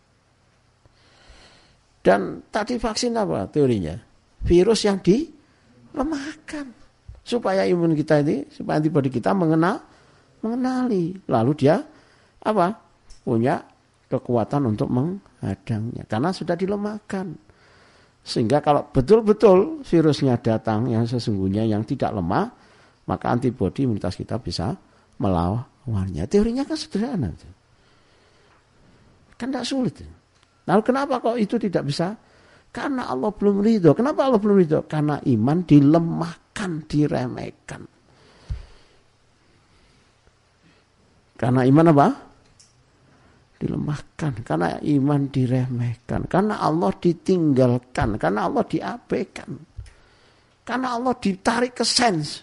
Dan tadi vaksin apa teorinya? Virus yang dilemahkan. Supaya imun kita ini, supaya antibodi kita mengenali. Lalu dia apa? Punya kekuatan untuk menghadangnya. Karena sudah dilemahkan. Sehingga kalau betul-betul virusnya datang yang sesungguhnya yang tidak lemah, maka antibodi imunitas kita bisa melawannya. Teorinya kan sederhana. Kan tidak sulit. Lalu kenapa kok itu tidak bisa? Karena Allah belum ridho. Kenapa Allah belum ridho? Karena iman dilemahkan, diremehkan. Karena iman apa? Dilemahkan. Karena iman diremehkan. Karena Allah ditinggalkan. Karena Allah diabaikan. Karena Allah ditarik ke sens.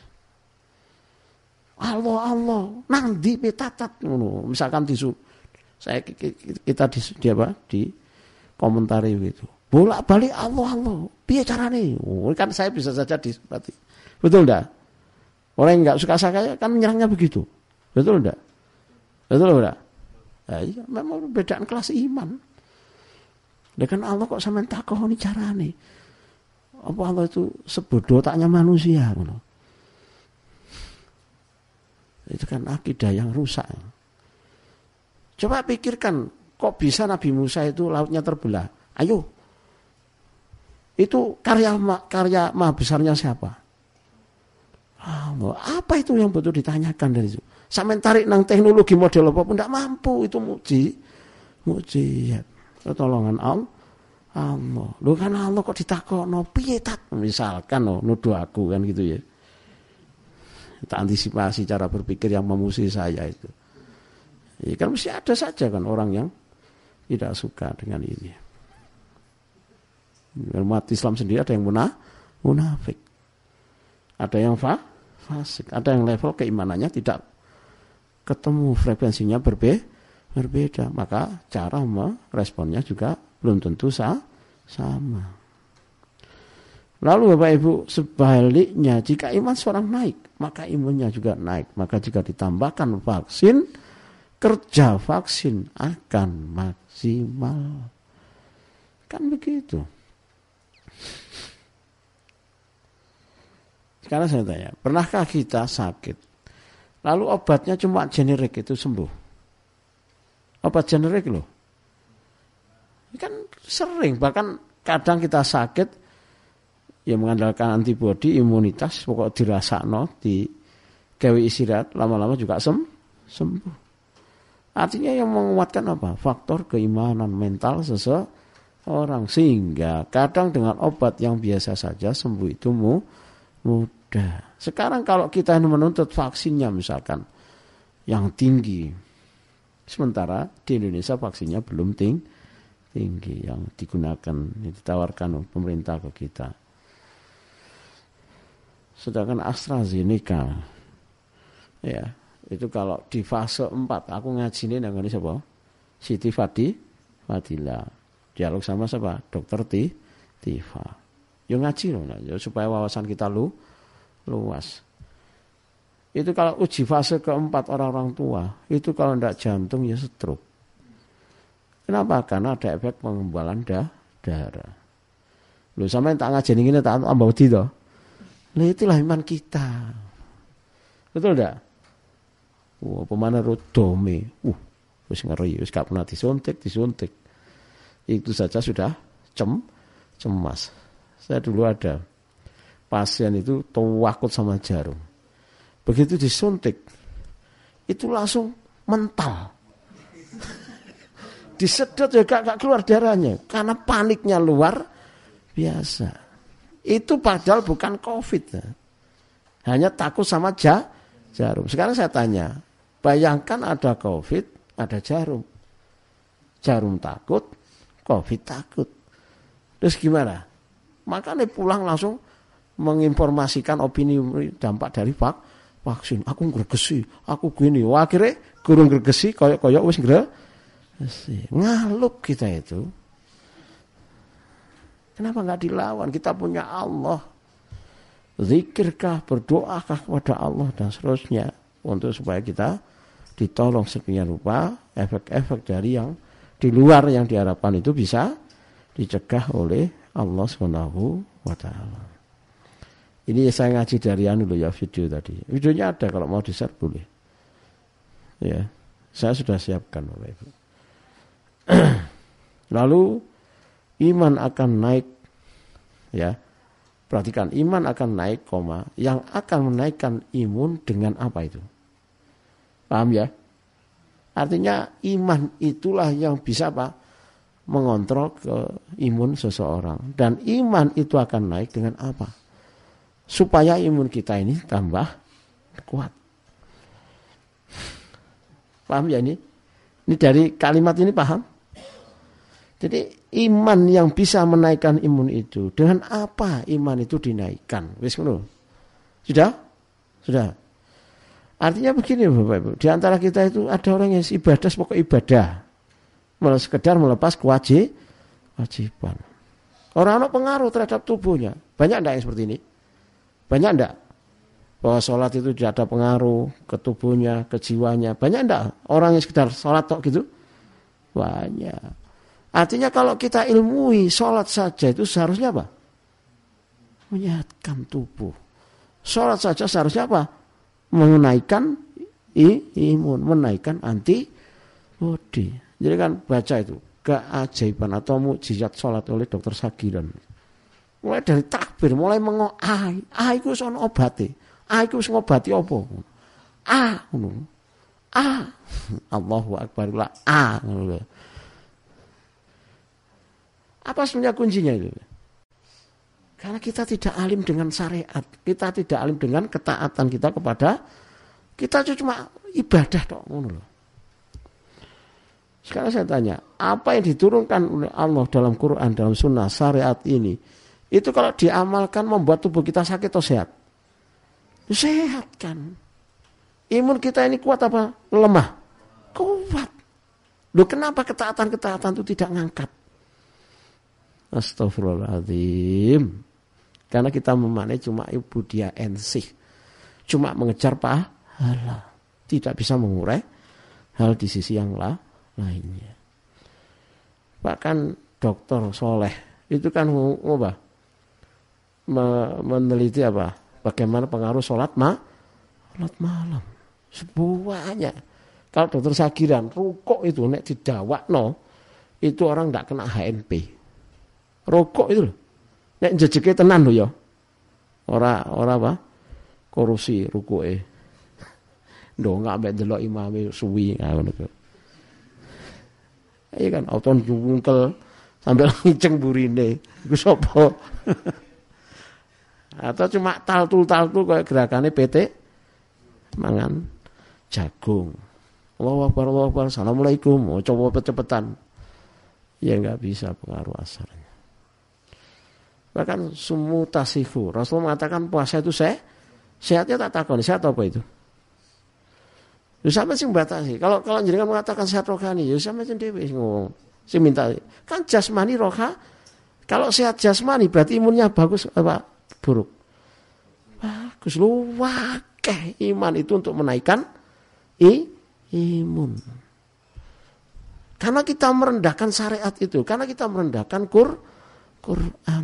Allah nang di petatat. Misalkan kita di komentari gitu. Bolak-balik Allah. Piye carane? Kan saya bisa saja disebati. Betul enggak? Orang yang enggak suka saya kan menyerangnya begitu. Betul enggak? Betul enggak? Nah, iya, memang bedaan kelas iman. Dengan Allah kok sampean takoni carane? Apa Allah itu sebodoh taknya manusia ngono. Itu kan akidah yang rusak. Coba pikirkan, kok bisa Nabi Musa itu lautnya terbelah? Ayo. Itu karya maha besarnya siapa? Allah. Apa itu yang betul ditanyakan dari itu? Sampeyan tarik nang teknologi model apa pun ndak mampu, itu mukjizat. Pertolongan Allah. Lho kan Allah kok ditakokno piye tak misalkan nuduh aku kan gitu ya. Kita antisipasi cara berpikir yang memusuhi saya itu. Ya kan mesti ada saja kan orang yang tidak suka dengan ini. Umat Islam sendiri ada yang munafik. Ada yang fasik, ada yang level keimanannya tidak ketemu, frekuensinya berbeda, maka cara meresponnya juga belum tentu sama. Lalu Bapak Ibu, sebaliknya jika iman seorang naik, maka imunnya juga naik. Maka jika ditambahkan vaksin, kerja vaksin akan maksimal. Kan begitu. Sekarang saya tanya, pernahkah kita sakit, lalu obatnya cuma generik itu sembuh? Obat generik loh. Kan sering, bahkan kadang kita sakit, ya mengandalkan antibodi, imunitas, pokok dirasakno, di gawe istirahat, lama-lama juga sembuh. Artinya yang menguatkan apa? Faktor keimanan mental seseorang. Sehingga kadang dengan obat yang biasa saja sembuh itu mudah. Sekarang kalau kita menuntut vaksinnya misalkan yang tinggi, sementara di Indonesia vaksinnya belum tinggi yang digunakan, yang ditawarkan pemerintah ke kita. Sedangkan AstraZeneca, ya itu kalau di fase 4, aku ngaji ini dengan siapa? Siti Fadila, dialog sama siapa? Dokter Tifa. Yo ngaji loh, supaya wawasan kita luas. Itu kalau uji fase keempat orang-orang tua, itu kalau tidak jantung ya stroke. Kenapa? Karena ada efek pengembalan darah. Loh sampai tak ngajeni ini tak tambah wedi toh. Lah itulah iman kita. Betul enggak? Wah, pemana rodome. Wis ngeri, wis gak pernah disuntik. Itu saja sudah cemas. Saya dulu ada pasien itu takut sama jarum. Begitu disuntik, itu langsung mental. Disedot juga gak keluar darahnya karena paniknya luar biasa. Itu padahal bukan COVID. Hanya takut sama jarum. Sekarang saya tanya, bayangkan ada COVID, ada jarum. Jarum takut, COVID takut. Terus gimana? Makanya pulang langsung menginformasikan opini dampak dari vaksin. Aku gregesi, aku gini. Wah, akhirnya gurung gregesi, koyok wis gregesi. Ngalup kita itu. Kenapa enggak dilawan? Kita punya Allah. Zikirkah, berdoakah kepada Allah dan seterusnya untuk supaya kita ditolong sedemikian rupa efek-efek dari yang di luar yang diharapkan itu bisa dicegah oleh Allah Subhanahu wa taala. Ini saya ngaji dari video tadi. Videonya ada kalau mau di-share boleh. Ya, saya sudah siapkan Bapak Ibu. Lalu iman akan naik, ya. Perhatikan, iman akan naik, yang akan menaikkan imun dengan apa itu? Paham ya? Artinya iman itulah yang bisa mengontrol ke imun seseorang. Dan iman itu akan naik dengan apa? Supaya imun kita ini tambah kuat. Paham ya ini? Ini dari kalimat ini paham? Jadi iman yang bisa menaikkan imun itu, dengan apa iman itu dinaikkan? Wis ngono. Sudah? Artinya begini Bapak Ibu, di antara kita itu ada orang yang ibadah pokok ibadah. Malah sekedar melepas kewajiban. Orang ada pengaruh terhadap tubuhnya. Banyak enggak yang seperti ini? Banyak enggak? Bahwa sholat itu tidak ada pengaruh ke tubuhnya, ke jiwanya. Banyak enggak orang yang sekedar sholat tok gitu? Banyak. Artinya kalau kita ilmui sholat saja itu seharusnya apa? Menyehatkan tubuh. Sholat saja seharusnya apa? Menaikkan imun, menaikkan antibodi. Jadi kan baca itu keajaiban atau mukjizat sholat oleh Dr. Sagiran. Mulai dari takbir, mulai mengoai. Iku sono obati. Iku ngobati apa? A. Allahu Akbar lah A. Apa sebenarnya kuncinya itu? Karena kita tidak alim dengan syariat, kita tidak alim dengan ketaatan kita kepada, kita cuma ibadah tok ngono loh. Sekarang saya tanya, apa yang diturunkan oleh Allah dalam Quran, dalam sunnah, syariat ini, itu kalau diamalkan membuat tubuh kita sakit atau sehat? Sehat kan. Imun kita ini kuat apa lemah? Kuat. Loh kenapa ketaatan-ketaatan itu tidak ngangkat? Astagfirullahaladzim. Karena kita memaknai cuma ibudia ensih. Cuma mengejar pahala. Tidak bisa mengurai hal di sisi yang lainnya. Bahkan Dr. Soleh itu kan meneliti apa? Bagaimana pengaruh sholat malam. Semuanya. Kalau dokter Sagiran, rukuk itu nek didawakno itu orang tidak kena HNP. Rokok itu loh. Nek jejeke tenan lho ya. Ora apa? Korupsi rukuke. Ndongak mek delok imame suwi ngono kuwi. Iya kan auton jungkel sambil ngiceng burine. Iku sapa? Atau cuma taltul kayak gerakannya PT mangan jagung. Allahu Akbar, Assalamualaikum, mau coba cepetan. Ya enggak bisa pengaruh asarnya. Bahkan sumu tasihu. Rasul mengatakan puasa itu sehatnya tak takon, sehat apa itu? Ya sampe sing batasi. Kalau jenengan mengatakan sehat rohani, ya sampe dhewe sing ngomong. Sing minta kan jasmani roha. Kalau sehat jasmani berarti imunnya bagus apa buruk? Bagus lu wakeh iman itu untuk menaikkan imun. Karena kita merendahkan syariat itu, karena kita merendahkan Quran.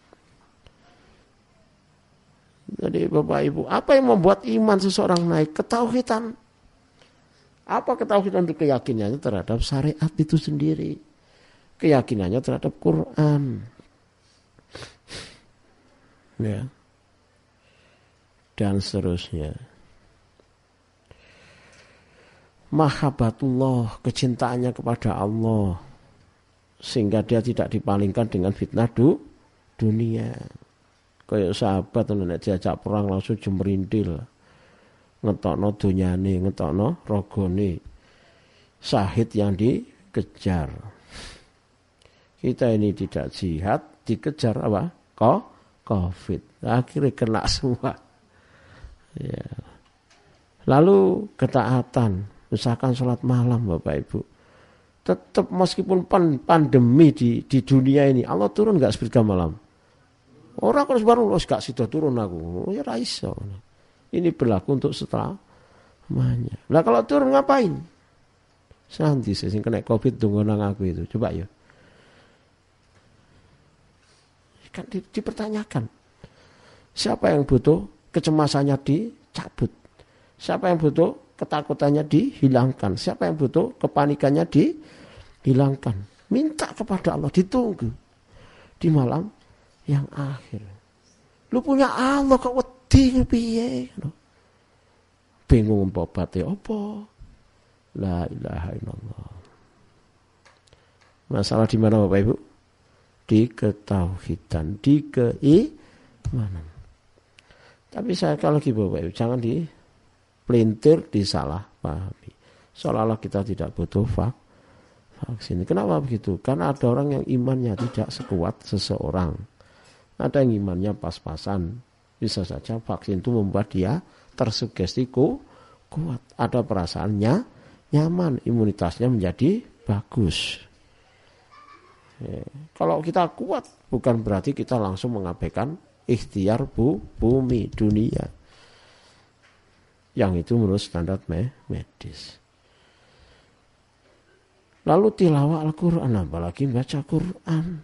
Jadi Bapak Ibu, apa yang membuat iman seseorang naik? Ketauhidan. Apa ketauhidan itu? Keyakinannya terhadap syariat itu sendiri. Keyakinannya terhadap Quran. Ya. Dan seterusnya. Mahabbatullah, kecintaannya kepada Allah, sehingga dia tidak dipalingkan dengan fitnah dunia. Kayak sahabat nek diajak perang langsung jemrindil, ngetokno donyane, ngetokno rogone, syahid yang dikejar. Kita ini tidak jihad, dikejar apa? Covid. Akhirnya kena semua. Ya. Lalu ketaatan, misalkan sholat malam Bapak Ibu, tetap meskipun pandemi di dunia ini, Allah turun nggak sepertiga malam? Orang kalau baru gak sido turun aku, ya raiso. Ini berlaku untuk selamanya. Nah kalau turun ngapain? Santi sing kena Covid tunggu nang aku itu, coba ya. Kan dipertanyakan. Siapa yang butuh kecemasannya dicabut? Siapa yang butuh ketakutannya dihilangkan? Siapa yang butuh kepanikannya dihilangkan? Minta kepada Allah, ditunggu di malam yang akhir. Lu punya Allah kok wedi piye? Bingung popate apa? La ilaha illallah. Masalah di mana Bapak Ibu? Di ketauhidan, di keimanan. Tapi saya kalau lagi Bapak Ibu jangan dipelintir, disalah pahami. Seolah-olah kita tidak butuh vaksin. Kenapa begitu? Karena ada orang yang imannya tidak sekuat seseorang. Ada yang imannya pas-pasan. Bisa saja vaksin itu membuat dia tersugesti kuat. Ada perasaannya nyaman. Imunitasnya menjadi bagus. Ya. Kalau kita kuat, bukan berarti kita langsung mengabaikan ikhtiar bumi, dunia. Yang itu menurut standar medis. Lalu tilawah Al-Quran, apalagi baca Quran.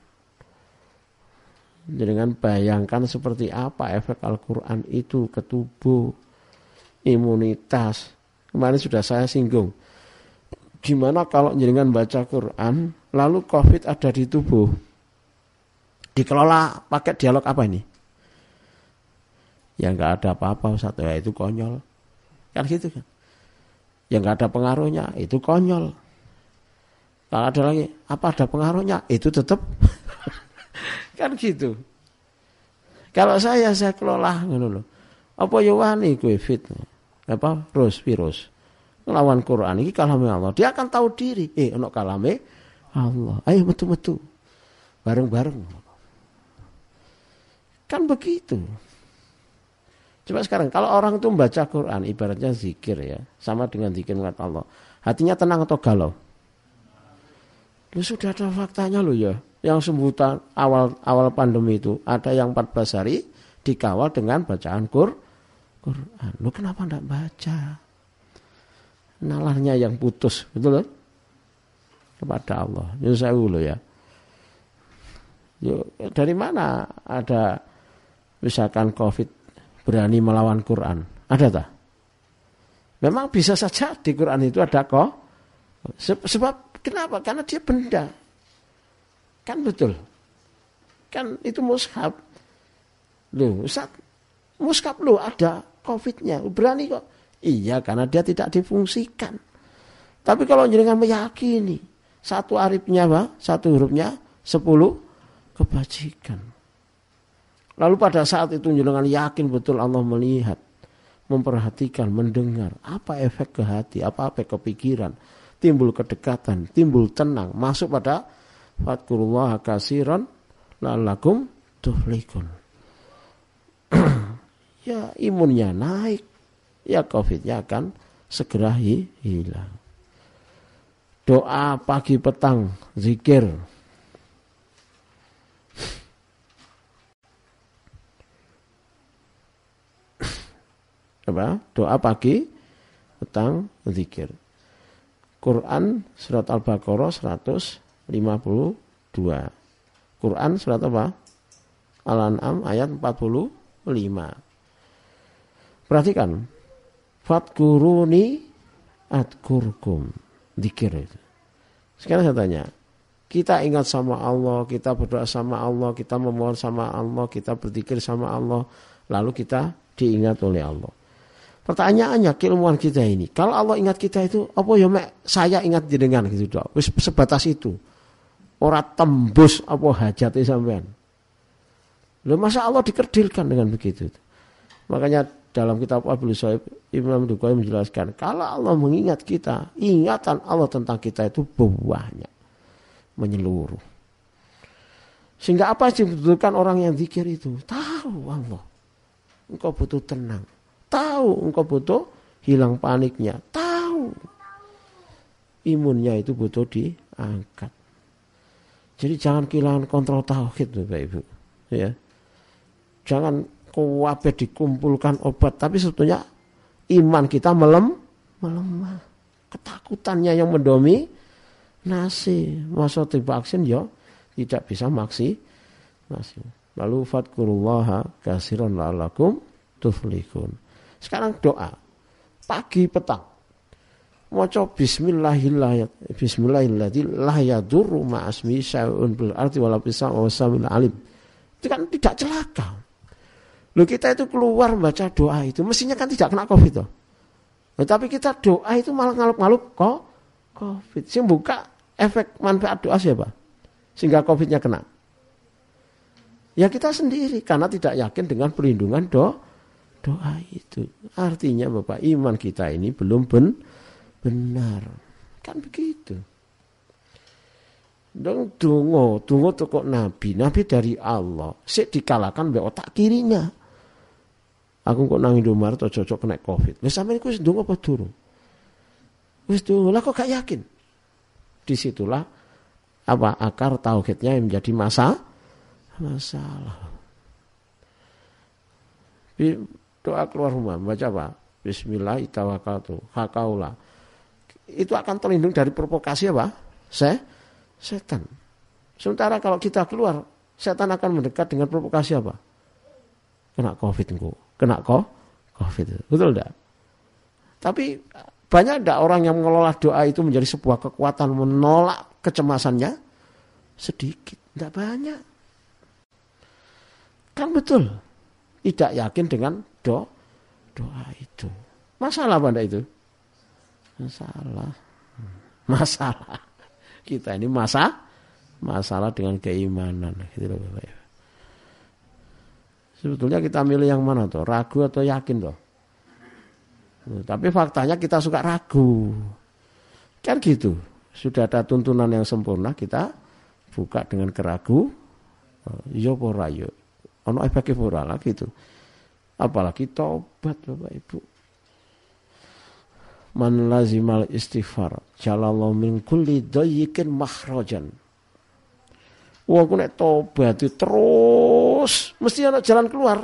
Dengan bayangkan seperti apa efek Al-Quran itu ke tubuh, imunitas. Kemarin sudah saya singgung. Gimana kalau dengan baca Quran, lalu COVID ada di tubuh? Dikelola pakai dialog apa ini? Ya nggak ada apa-apa Ustaz, ya itu konyol. Kan gitu kan. yang nggak ada pengaruhnya itu konyol. Kalau ada lagi, apa ada pengaruhnya? Itu tetap kan gitu. Kalau saya kelola ngono lho. Apa yo wani kowe fit? Apa virus ngelawan Quran iki kalame Allah. Dia akan tahu diri. Ono kalame Allah. Ayo metu-metu. Bareng-bareng. Kan begitu. Coba sekarang kalau orang itu membaca Quran ibaratnya zikir ya, sama dengan zikir mengingat Allah. Hatinya tenang atau galau? Lu sudah ada faktanya lo ya. Yang sebutan awal pandemi itu ada yang 14 hari dikawal dengan bacaan Quran. Lu kenapa enggak baca? Nalarnya yang putus, betul kan? Kepada Allah. Nyun sewu lo ya. Yuk, dari mana ada misalkan COVID berani melawan Quran? Ada tak? Memang bisa saja di Quran itu ada kok. Sebab kenapa? Karena dia benda. Kan betul. Kan itu mushaf. Loh, Ustaz, mushaf lo ada COVID-nya. Berani kok? Iya, karena dia tidak difungsikan. Tapi kalau jenengan meyakini satu arifnya apa? Satu hurufnya 10 kebajikan. Lalu pada saat itu jenengan yakin betul Allah melihat, memperhatikan, mendengar. Apa efek ke hati? Apa efek ke pikiran? Timbul kedekatan, timbul tenang. Masuk pada fadkurullaha katsiran la'allakum tuflihun. Ya imunnya naik. Ya COVID-nya akan segera hilang. Doa pagi petang, zikir. Apa? Doa pagi, petang, zikir. Quran surat Al-Baqarah 152. Quran surat apa? Al-An'am ayat 45. Perhatikan. Fadkuruni adkurkum. Zikir itu. Sekarang saya tanya. Kita ingat sama Allah, kita berdoa sama Allah, kita memohon sama Allah, kita berzikir sama Allah. Lalu kita diingat oleh Allah. Pertanyaannya keilmuan kita ini. Kalau Allah ingat kita itu, apa ya mek saya ingat jenengan gitu dok. Wis sebatas itu. Ora tembus apa hajate sampean. Lho masa Allah dikerdilkan dengan begitu. Makanya dalam kitab Abdul Soib Imam Dukai menjelaskan kalau Allah mengingat kita, ingatan Allah tentang kita itu banyak, menyeluruh. Sehingga apa yang dibutuhkan orang yang zikir itu? Tahu Allah, engkau butuh tenang. Tahu engkau butuh hilang paniknya. Tahu imunnya itu butuh diangkat. Jadi jangan kehilangan kontrol tauhid Bapak Ibu. Ya. Jangan kuwabe dikumpulkan obat, tapi sebetulnya iman kita melemah. Ketakutannya yang mendominasi. Masa divaksin ya tidak bisa maksimal. Lalu fadkurullaha katsiran la'allakum tuflihun. Sekarang doa pagi petang. Maca bismillahirrahmanirrahim la yadurru ma'asmi syai'un bil ardi wala fis samawati alim. Itu kan tidak celaka. Loh kita itu keluar baca doa itu mestinya kan tidak kena COVID toh. Nah, tapi kita doa itu malah ngalup-ngalup kok COVID. Sing buka efek manfaat doa siapa? Sehingga COVID-nya kena. Ya kita sendiri karena tidak yakin dengan perlindungan doa itu. Artinya Bapak iman kita ini belum benar. Kan begitu. Dong dongo tuh kok nabi dari Allah. Sik dikalahkan mbek otak kirinya. Aku kok nang Indomaret cocok kena COVID. Lah sampeyan iku wis ndonga apa durung? Wis ndonga lah kok gak yakin. Disitulah apa akar tauhidnya yang menjadi masalah. Doa keluar rumah baca apa? Bismillahirrahmanirrahim. Hakaula. Itu akan terlindung dari provokasi apa? Setan. Sementara kalau kita keluar, setan akan mendekat dengan provokasi apa? Kena COVID engko. Kena COVID. Betul enggak? Tapi banyak enggak orang yang mengelola doa itu menjadi sebuah kekuatan menolak kecemasannya? Sedikit, enggak banyak. Kan betul. Tidak yakin dengan doa itu. Masalah apa enggak itu? Masalah. Kita ini masalah dengan keimanan gitu loh Bapak Ibu. Sebetulnya kita milih yang mana tuh? Ragu atau yakin toh? Tapi faktanya kita suka ragu. Kan gitu. Sudah ada tuntunan yang sempurna, kita buka dengan keragu. Yo ora yo. Ono efeke ora lah gitu. Apalagi tobat Bapak Ibu. Man lazimal istighfar jalallahu min kulli dayyikin makhrajan. Wong ku nek tobat itu terus mesti ada jalan keluar.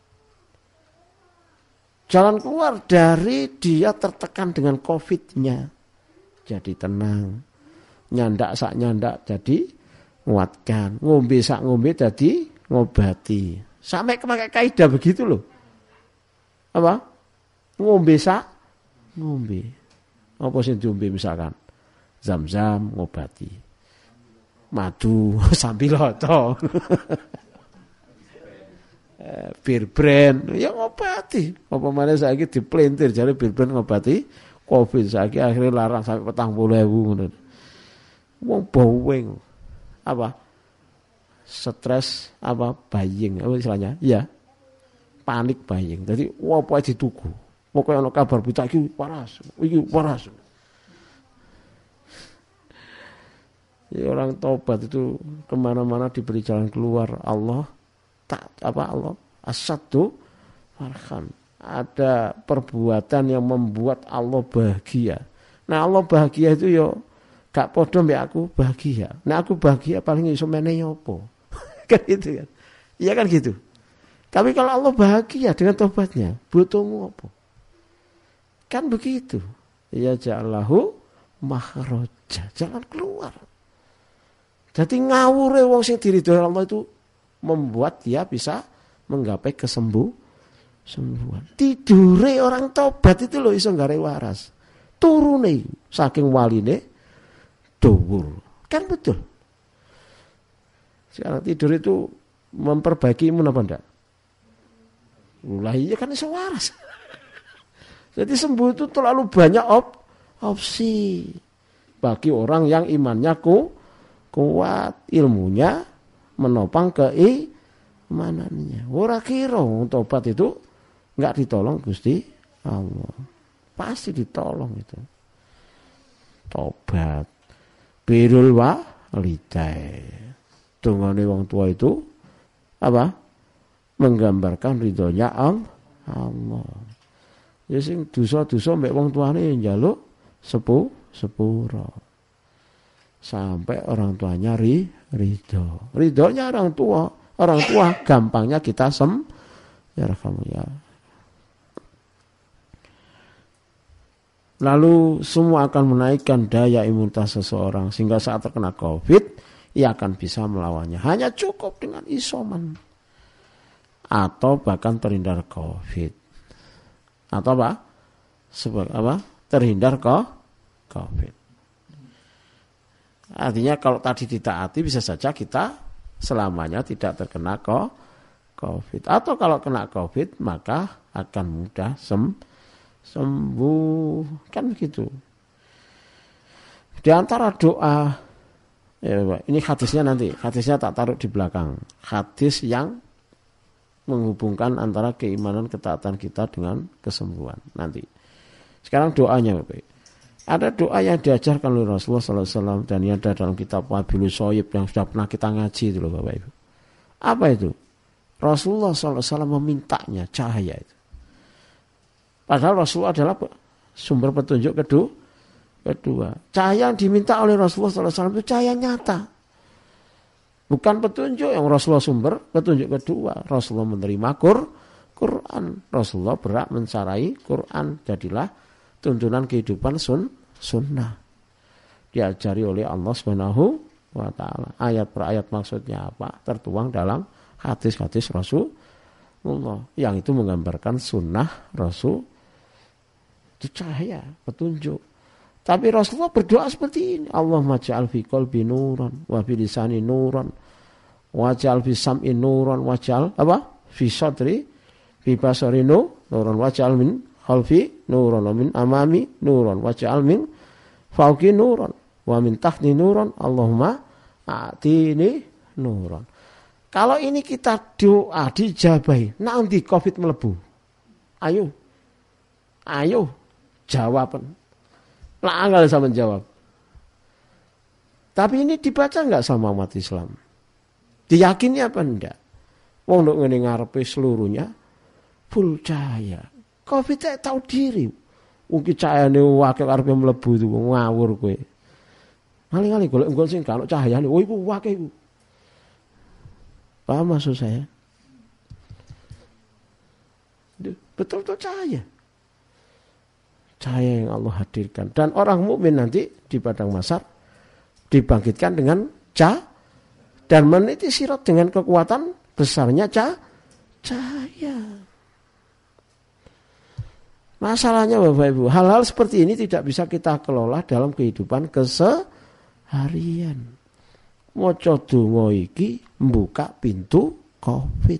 Jalan keluar dari dia tertekan dengan Covid-nya. Jadi tenang. Nyandak sak nyandak jadi nguatkan. Ngombe sak ngombe jadi ngobati. Sampai pakai kaidah begitu loh. Apa? Ngombe sak ngombe. Apa sing diombe misalkan? Zam-zam ngobati. Madu sambiloto. Bir brand ya ngobati. Apa maneh saiki diplentir jare bir brand ngobati Covid saiki akhirnya larang sampai 40.000 ngono. Wong boweng. Apa? Stres apa buying apa istilahnya? Ya. Panik buying. Jadi apa dituku. Pokoke ana kabar berita iki waras. Iki waras. Ya, orang tobat itu kemana-mana diberi jalan keluar. Allah asyaddu farhan. Ada perbuatan yang membuat Allah bahagia. Nah Allah bahagia itu yo gak podo mbek aku bahagia. Nah aku bahagia paling iso meneh apa? Kan gitu kan. Iya kan gitu. Tapi kalau Allah bahagia dengan tobatnya, butuhmu apa? Kan begitu. Ya ja'alahu makhraja, jalan keluar. Jadi ngawure wong sing diridhoi Allah itu membuat dia bisa menggapai kesembuhan. Tidure orang tobat itu loh iso gare waras. Turune saking waline dhuwur. Kan betul. Sekarang tidur itu memperbaiki imun apa enggak? Lah iya kan iso waras. Jadi sembuh itu terlalu banyak opsi bagi orang yang imannya kuat, ilmunya menopang keimanannya. Ora kira tobat itu enggak ditolong Gusti Allah. Pasti ditolong itu. Tobat. Birrul walidain. Dongane wong tua itu apa? Menggambarkan ridhonya Allah. Ya sing dosa-dosa mbek wong tuane njaluk sepuro. Sampai orang tuanya ridho. Ridhonya orang tua gampangnya kita ya kamu ya. Lalu semua akan menaikkan daya imunitas seseorang sehingga saat terkena Covid ia akan bisa melawannya. Hanya cukup dengan isoman atau bahkan terhindar Covid. Atau apa? Terhindar Covid. Artinya kalau tadi ditaati bisa saja kita selamanya tidak terkena Covid. Atau kalau kena Covid maka akan mudah sembuh. Kan begitu. Di antara doa, ya, ini hadisnya nanti. Hadisnya tak taruh di belakang. Hadis yang menghubungkan antara keimanan ketaatan kita dengan kesembuhan. Nanti. Sekarang doanya Bapak. Ada doa yang diajarkan oleh Rasulullah SAW dan yang ada dalam kitab Wabilus Soyib yang sudah pernah kita ngaji itu loh Bapak Ibu. Apa itu? Rasulullah SAW memintanya cahaya itu. Padahal Rasulullah adalah sumber petunjuk kedua. Cahaya yang diminta oleh Rasulullah SAW itu cahaya nyata. Bukan petunjuk yang Rasulullah sumber petunjuk kedua. Rasulullah menerima Quran. Rasulullah berhak mensarai Quran. Jadilah tuntunan kehidupan sunnah diajari oleh Allah Subhanahu wa taala. Ayat per ayat maksudnya apa? Tertuang dalam hadis-hadis Rasulullah yang itu menggambarkan sunnah Rasul. Itu cahaya, petunjuk. Tapi Rasulullah berdoa seperti ini. Allahumma ja'al fi qalbi nuran wa fi lisani nuran wa ja'al fi sam'i nuran wa ja'al apa? Fi sadri fi basari nuran wa ja'al min khalfi nurun wa min amami nurun waj'al min fawqi nurun wa min tahti nurun Allahumma atini nurun. Kalau ini kita doa dijabahi, nanti Covid melebu. Ayo jawaban. Lah anggal sama jawab. Tapi ini dibaca enggak sama umat Islam? Diyakini apa enggak? Wong nek ngene ngarepe seluruhnya full cahaya. Covid tahu diri. Wong ki cahayane wakil arepe mlebu itu ngawur kowe. Ngali-ngali golek nggon sing gak ono cahayane. Oh iku wakil iku. Paham maksud saya? Betul-betul cahaya. Cahaya yang Allah hadirkan. Dan orang mukmin nanti di padang mahsyar dibangkitkan dengan dan meniti sirat dengan kekuatan besarnya cahaya. Masalahnya Bapak Ibu, hal-hal seperti ini tidak bisa kita kelola dalam kehidupan keseharian. Maca donga iki mbuka pintu Covid.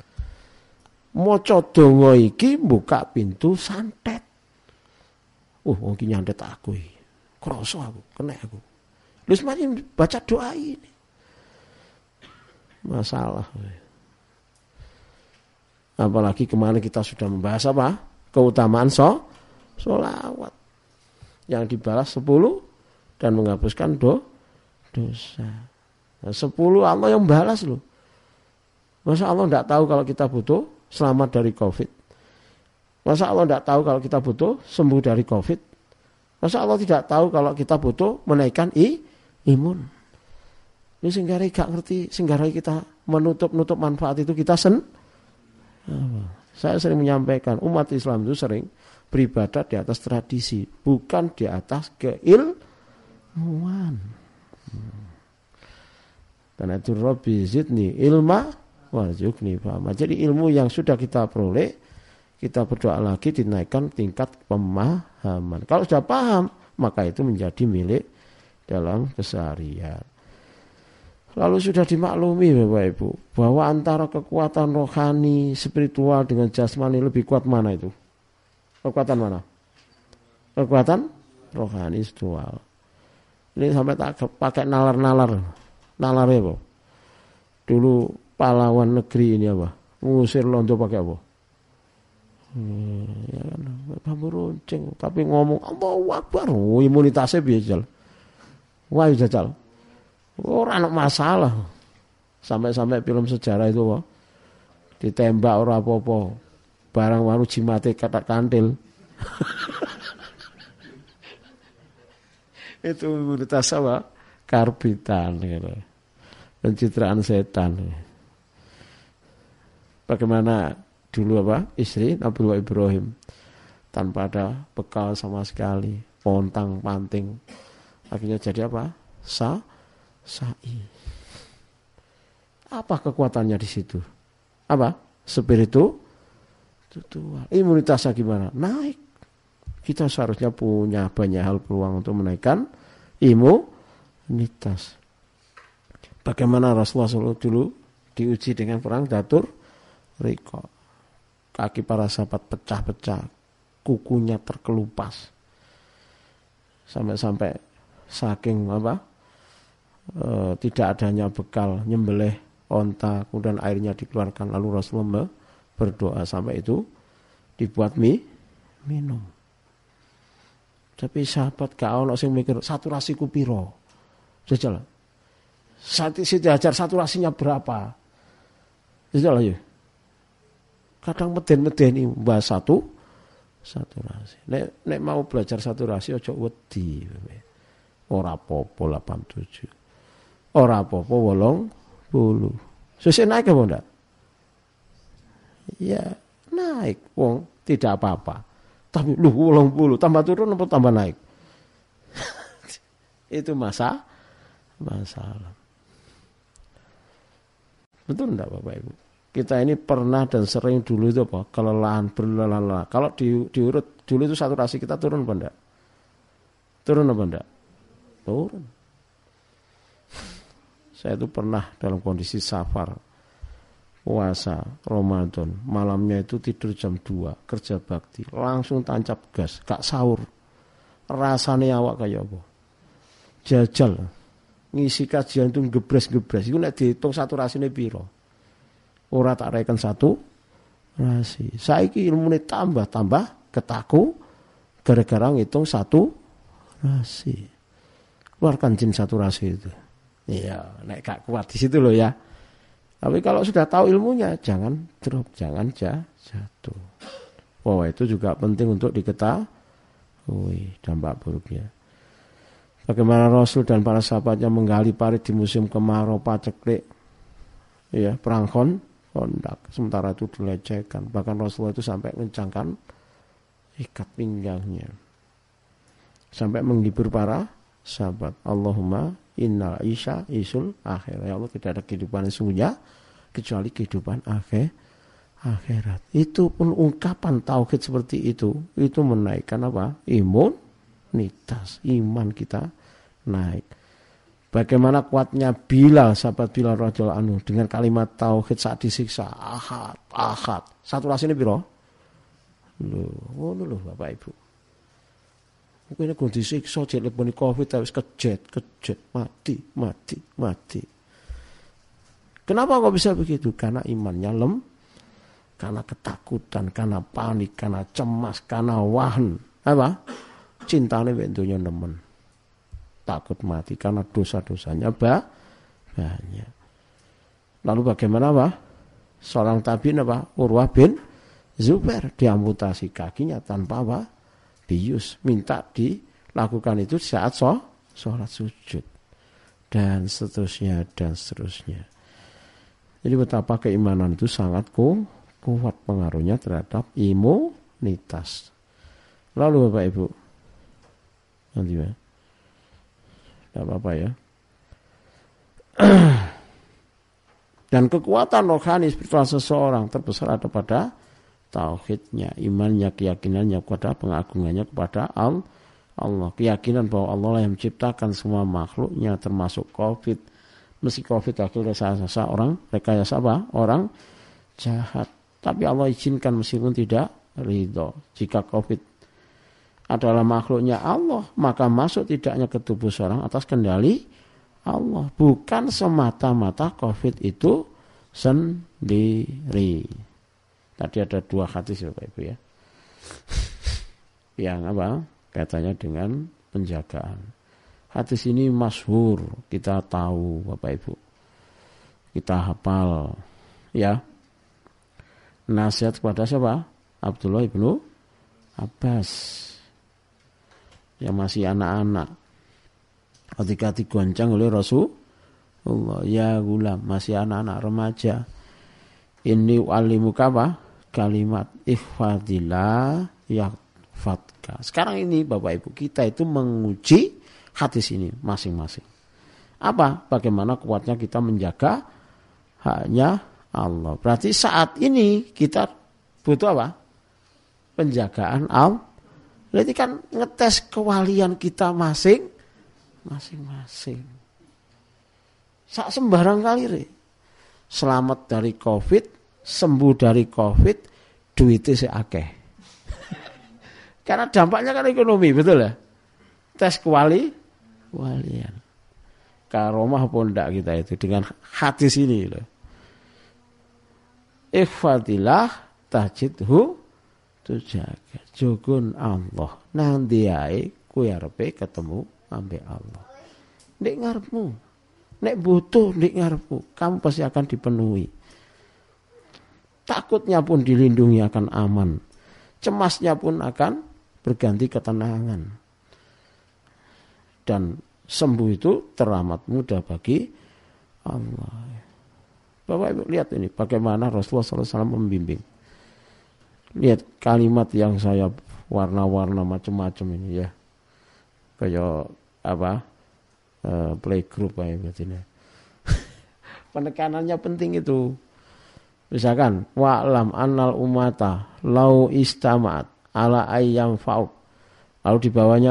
Maca donga iki mbuka pintu santet. Wong iki nyantet aku iki. Krasa aku, kena aku. Terus mari baca doa ini. Masalah. Apalagi kemarin kita sudah membahas apa? Keutamaan sholawat. Yang dibalas 10 dan menghapuskan dosa. Nah, 10 Allah yang balas loh. Masa Allah tidak tahu kalau kita butuh selamat dari Covid? Masa Allah tidak tahu kalau kita butuh sembuh dari Covid? Masa Allah tidak tahu kalau kita butuh menaikkan imun? Ini sehingga gak ngerti, sehingga kita menutup manfaat itu kita Saya sering menyampaikan umat Islam itu sering beribadah di atas tradisi, bukan di atas keilmuan. Karena itu Rabbi zidni ilma warzuqni fahma. Jadi ilmu yang sudah kita peroleh, kita berdoa lagi dinaikkan tingkat pemahaman. Kalau sudah paham, maka itu menjadi milik dalam keseharian. Lalu sudah dimaklumi Bapak Ibu, bahwa antara kekuatan rohani, spiritual dengan jasmani lebih kuat mana itu? Kekuatan mana? Kekuatan rohani spiritual. Ini sampai tak pakai nalar ya Pak. Dulu pahlawan negeri ini apa? Ngusir londo pakai apa? Ya kan, bambu runcing. Tapi ngomong Allahu Akbar, imunitasnya biasa. Wah jajal. Ora ana masalah. Sampai-sampai film sejarah itu Pak. Ditembak ora apa-apa. Barang waru jimate kata kantil. Itu imunitas apa? Karbitan gitu. Pencitraan setan. Bagaimana dulu apa? Istri Nabi Ibrahim tanpa ada bekal sama sekali, pontang-panting. Akhirnya jadi apa? Sa'i. Apa kekuatannya di situ? Apa? Spiritual. Imunitasnya gimana? Naik. Kita seharusnya punya banyak hal peluang untuk menaikkan imunitas. Bagaimana Rasulullah SAW dulu diuji dengan perang Datur Riko. Kaki para sahabat pecah-pecah, kukunya terkelupas. Sampai-sampai saking tidak adanya bekal, nyembelih onta, kemudian airnya dikeluarkan, lalu Rasulullah berdoa sampai itu dibuat minum. Tapi sahabat gak ono sing mikir saturasiku piro. Jajal. Siti Hajar saturasinya berapa? Jajal ya. Kadang meden-medeni bahas saturasi. Nek mau belajar saturasi aja wedi. Ora apa-apa 87. Ora apa-apa 80. Sesuk naik apa ndak? Ya, naik. Wong tidak apa-apa. Tapi 80 tambah turun apa tambah naik? Itu masalah. Betul enggak Bapak Ibu? Kita ini pernah dan sering dulu itu apa? Kelelahan, berlelah. Kalau diurut dulu itu saturasi kita turun apa enggak? Turun apa enggak? Turun. Saya itu pernah dalam kondisi safar. puasa Ramadan, malamnya itu tidur jam 2, kerja bakti, langsung tancap gas, gak sahur. Rasane awak kayak apa? Jajal. Ngisi kajian itu gebres-gebres. Itu nek dihitung saturasine piro? Ora tak reken saturasi. Saiki ilmune tambah ketaku gara-gara ngitung saturasi. Keluarkan jin saturasi itu. Iya, nek gak kuat di situ loh ya. Tapi kalau sudah tahu ilmunya, jangan drop, jangan jatuh. Wah, itu juga penting untuk diketahui dampak buruknya. Bagaimana Rasul dan para sahabatnya menggali parit di musim kemarau, paceklik, ya, perang kondak. Sementara itu dilecehkan. Bahkan Rasulullah itu sampai mengencangkan ikat pinggangnya. Sampai menghibur para sahabat. Allahumma innal isya isul akhir. Ya Allah, tidak ada kehidupan yang sesungguhnya kecuali kehidupan akhirat. Itu pun ungkapan tauhid seperti itu menaikkan apa? Imunitas, iman kita naik. Bagaimana kuatnya Bilal, sahabat Bilal radhiyallahu anhu dengan kalimat tauhid saat disiksa, ahad. Saturasinya piro? Lho, Bapak Ibu. Mungkin aku disiksa jek leboni Covid wis kejet, mati. Kenapa kok bisa begitu? Karena imannya karena ketakutan, karena panik, karena cemas, karena wahan. Apa? Cintane mek donya nemen. Takut mati karena dosa-dosanya banyak. Lalu bagaimana apa? Seorang tabiin apa? Urwah bin Zubair diamputasi kakinya tanpa apa? Bius. Minta dilakukan itu saat sholat sujud. Dan seterusnya. Jadi betapa keimanan itu sangat kuat pengaruhnya terhadap imunitas. Lalu Bapak Ibu, nanti ya. Tidak apa-apa ya. Dan kekuatan rohani spiritual seseorang terbesar ada pada tauhidnya, imannya, keyakinannya kepada pengagungannya kepada Allah. Keyakinan bahwa Allah lah yang menciptakan semua makhluknya termasuk Covid. Meski Covid akhirnya rekayasa orang, rekayasa apa? Orang jahat. Tapi Allah izinkan meskipun tidak ridho. Jika Covid adalah makhluknya Allah, maka masuk tidaknya ke tubuh seorang atas kendali Allah. Bukan semata-mata Covid itu sendiri. Tadi ada 2 hadis ya Bapak Ibu ya. Yang apa? Katanya dengan penjagaan. Hadis ini masyhur, kita tahu Bapak Ibu. Kita hafal ya. Nasihat kepada siapa? Abdullah ibnu Abbas. Yang masih anak-anak. Ketika digoncang oleh Rasulullah, ya gulam, masih anak-anak remaja. Ini walimuka apa? Kalimat ihfadillah yahfadka. Sekarang ini Bapak Ibu, kita itu menguji hadis ini masing-masing. Apa? Bagaimana kuatnya kita menjaga haknya Allah. Berarti saat ini kita butuh apa? Penjagaan Allah. Berarti kan ngetes kewalian kita masing-masing. Sak sembarang kali selamat dari Covid, sembuh dari Covid, duitnya seakeh. Karena dampaknya kan ekonomi, betul ya? Tes kewalian. Karomah pun enggak kita itu dengan hadis ini loh. Ikhfatillah tajidhu tujaga. Jogun Allah. Nang diae kuwi arepe ketemu ambek Allah. Nek ngarepmu, nek butuh nek ngarepmu, kamu pasti akan dipenuhi. Takutnya pun dilindungi akan aman. Cemasnya pun akan berganti ketenangan. Dan sembuh itu teramat mudah bagi Allah. Bapak Ibu lihat ini bagaimana Rasulullah SAW membimbing. Lihat kalimat yang saya warna-warna macam-macam ini ya. Kayak apa? Playgroup kayak ini. Penekanannya penting itu. Misalkan wa'lam annal ummata lau istama'at ala ayyam fa'uk. Lalu di bawahnya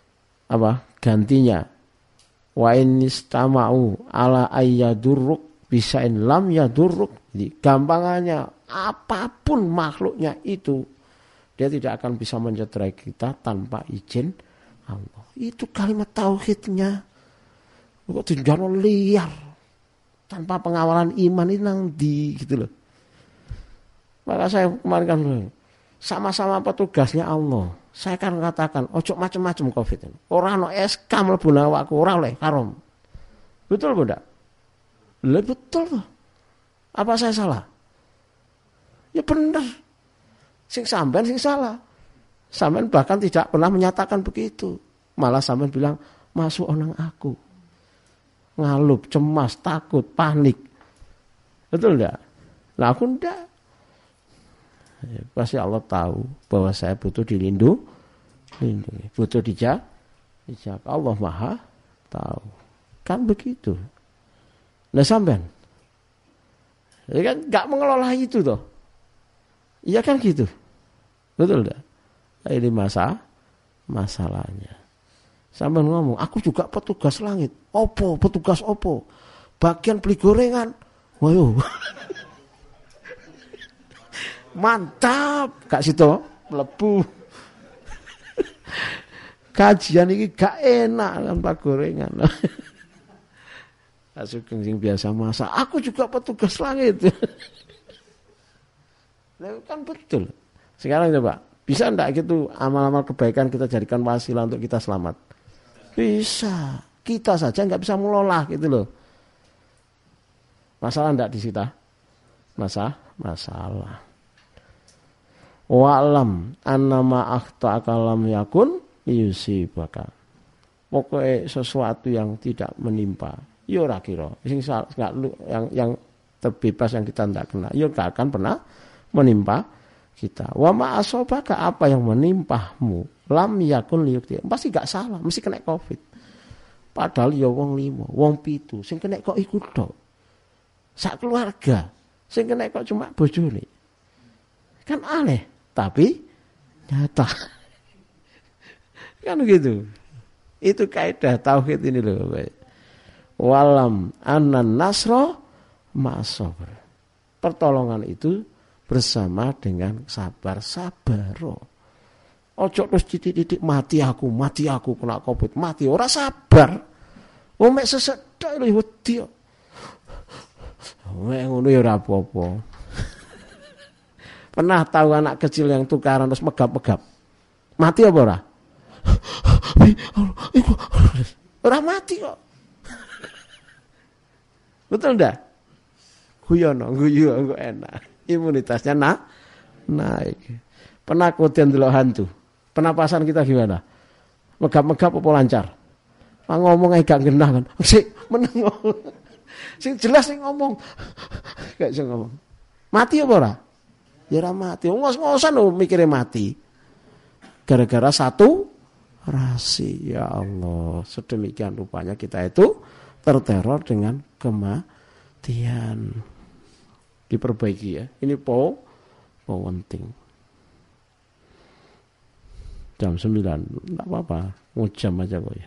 apa? Gantinya wa in istama'u ala ayyadurruk bisain lam yadurruk. Jadi gampangannya apapun makhluknya itu, dia tidak akan bisa mencederai kita tanpa izin Allah. Itu kalimat tauhidnya. Kok tinjau liar tanpa pengawalan iman ini nang di gitu loh. Maka saya kemarin kan sama-sama petugasnya Allah. Saya kan katakan ojo macam-macam Covid ini. Orang no SK mlebu nang awakku ora oleh karom. Betul apa ndak? Lah betul. Apa saya salah? Ya benar. Sing sampean sing salah. Sampean bahkan tidak pernah menyatakan begitu. Malah sampean bilang masuk onang aku. Ngalup, cemas, takut, panik. Betul enggak? Nah aku enggak. Ya, pasti Allah tahu bahwa saya butuh dilindungi, butuh dijaga. Allah Maha tahu. Kan begitu. Nah sampean, ya kan nggak mengelola itu toh. Iya kan gitu. Betul enggak? Nah, ini masalahnya. Sampean ngomong, aku juga petugas langit. Opo, petugas opo? Bagian beli gorengan. Waduh. Mantap, Kak Sito, mlebu. Kajian ini gak enak tanpa gorengan. Sugeng sing biasa masak, aku juga petugas langit. Nah, kan betul. Sekarang coba, bisa enggak gitu amal-amal kebaikan kita jadikan wasilah untuk kita selamat? Bisa. Kita saja enggak bisa mengelola gitu loh. Masalah enggak di situ? Masalah. Wa'lam annama akhta'aka lam yakun yusibaka. Pokoknya sesuatu yang tidak menimpa, ya ora kira. Yang terbebas yang kita tidak kena, ya gak akan pernah menimpa kita. Wa ma asobaka, apa yang menimpahmu, lam yakun liyukti. Pasti gak salah, mesti kena Covid. Padahal ya wong 5, wong 7 sing kena kok iku tok. Sak keluarga sing kena kok cuma bojone. Kan aneh. Tapi nyata. Kan gitu. Itu kaidah tauhid ini loh. Walam anan nasro ma'asabr. Pertolongan itu bersama dengan sabar. Ojo terus titik-titik mati aku kena Covid, mati ora sabar. Mek sesedhik lho wedi. Mek ngono ya ora apa-apa. Pernah tahu anak kecil yang tukaran terus megap-megap? Mati apa ora? Ora mati kok. Betul ndak? Guyu kok enak. Imunitasnya naik. Pernah kemudian delok hantu. Penapasan kita gimana? Megap-megap apa lancar? Ngomong ae gak genah kan. Sik meneng. Sing jelas sing ngomong. Gak iso ngomong. Mati apa ora? Ya ora mati. Ngos-ngosan lho mikire mati. Gara-gara satu rasi. Ya Allah, sedemikian rupanya kita itu terteror dengan kematian. Diperbaiki ya. Ini penting. Jam 9. Enggak apa-apa. Mau jam aja kok ya.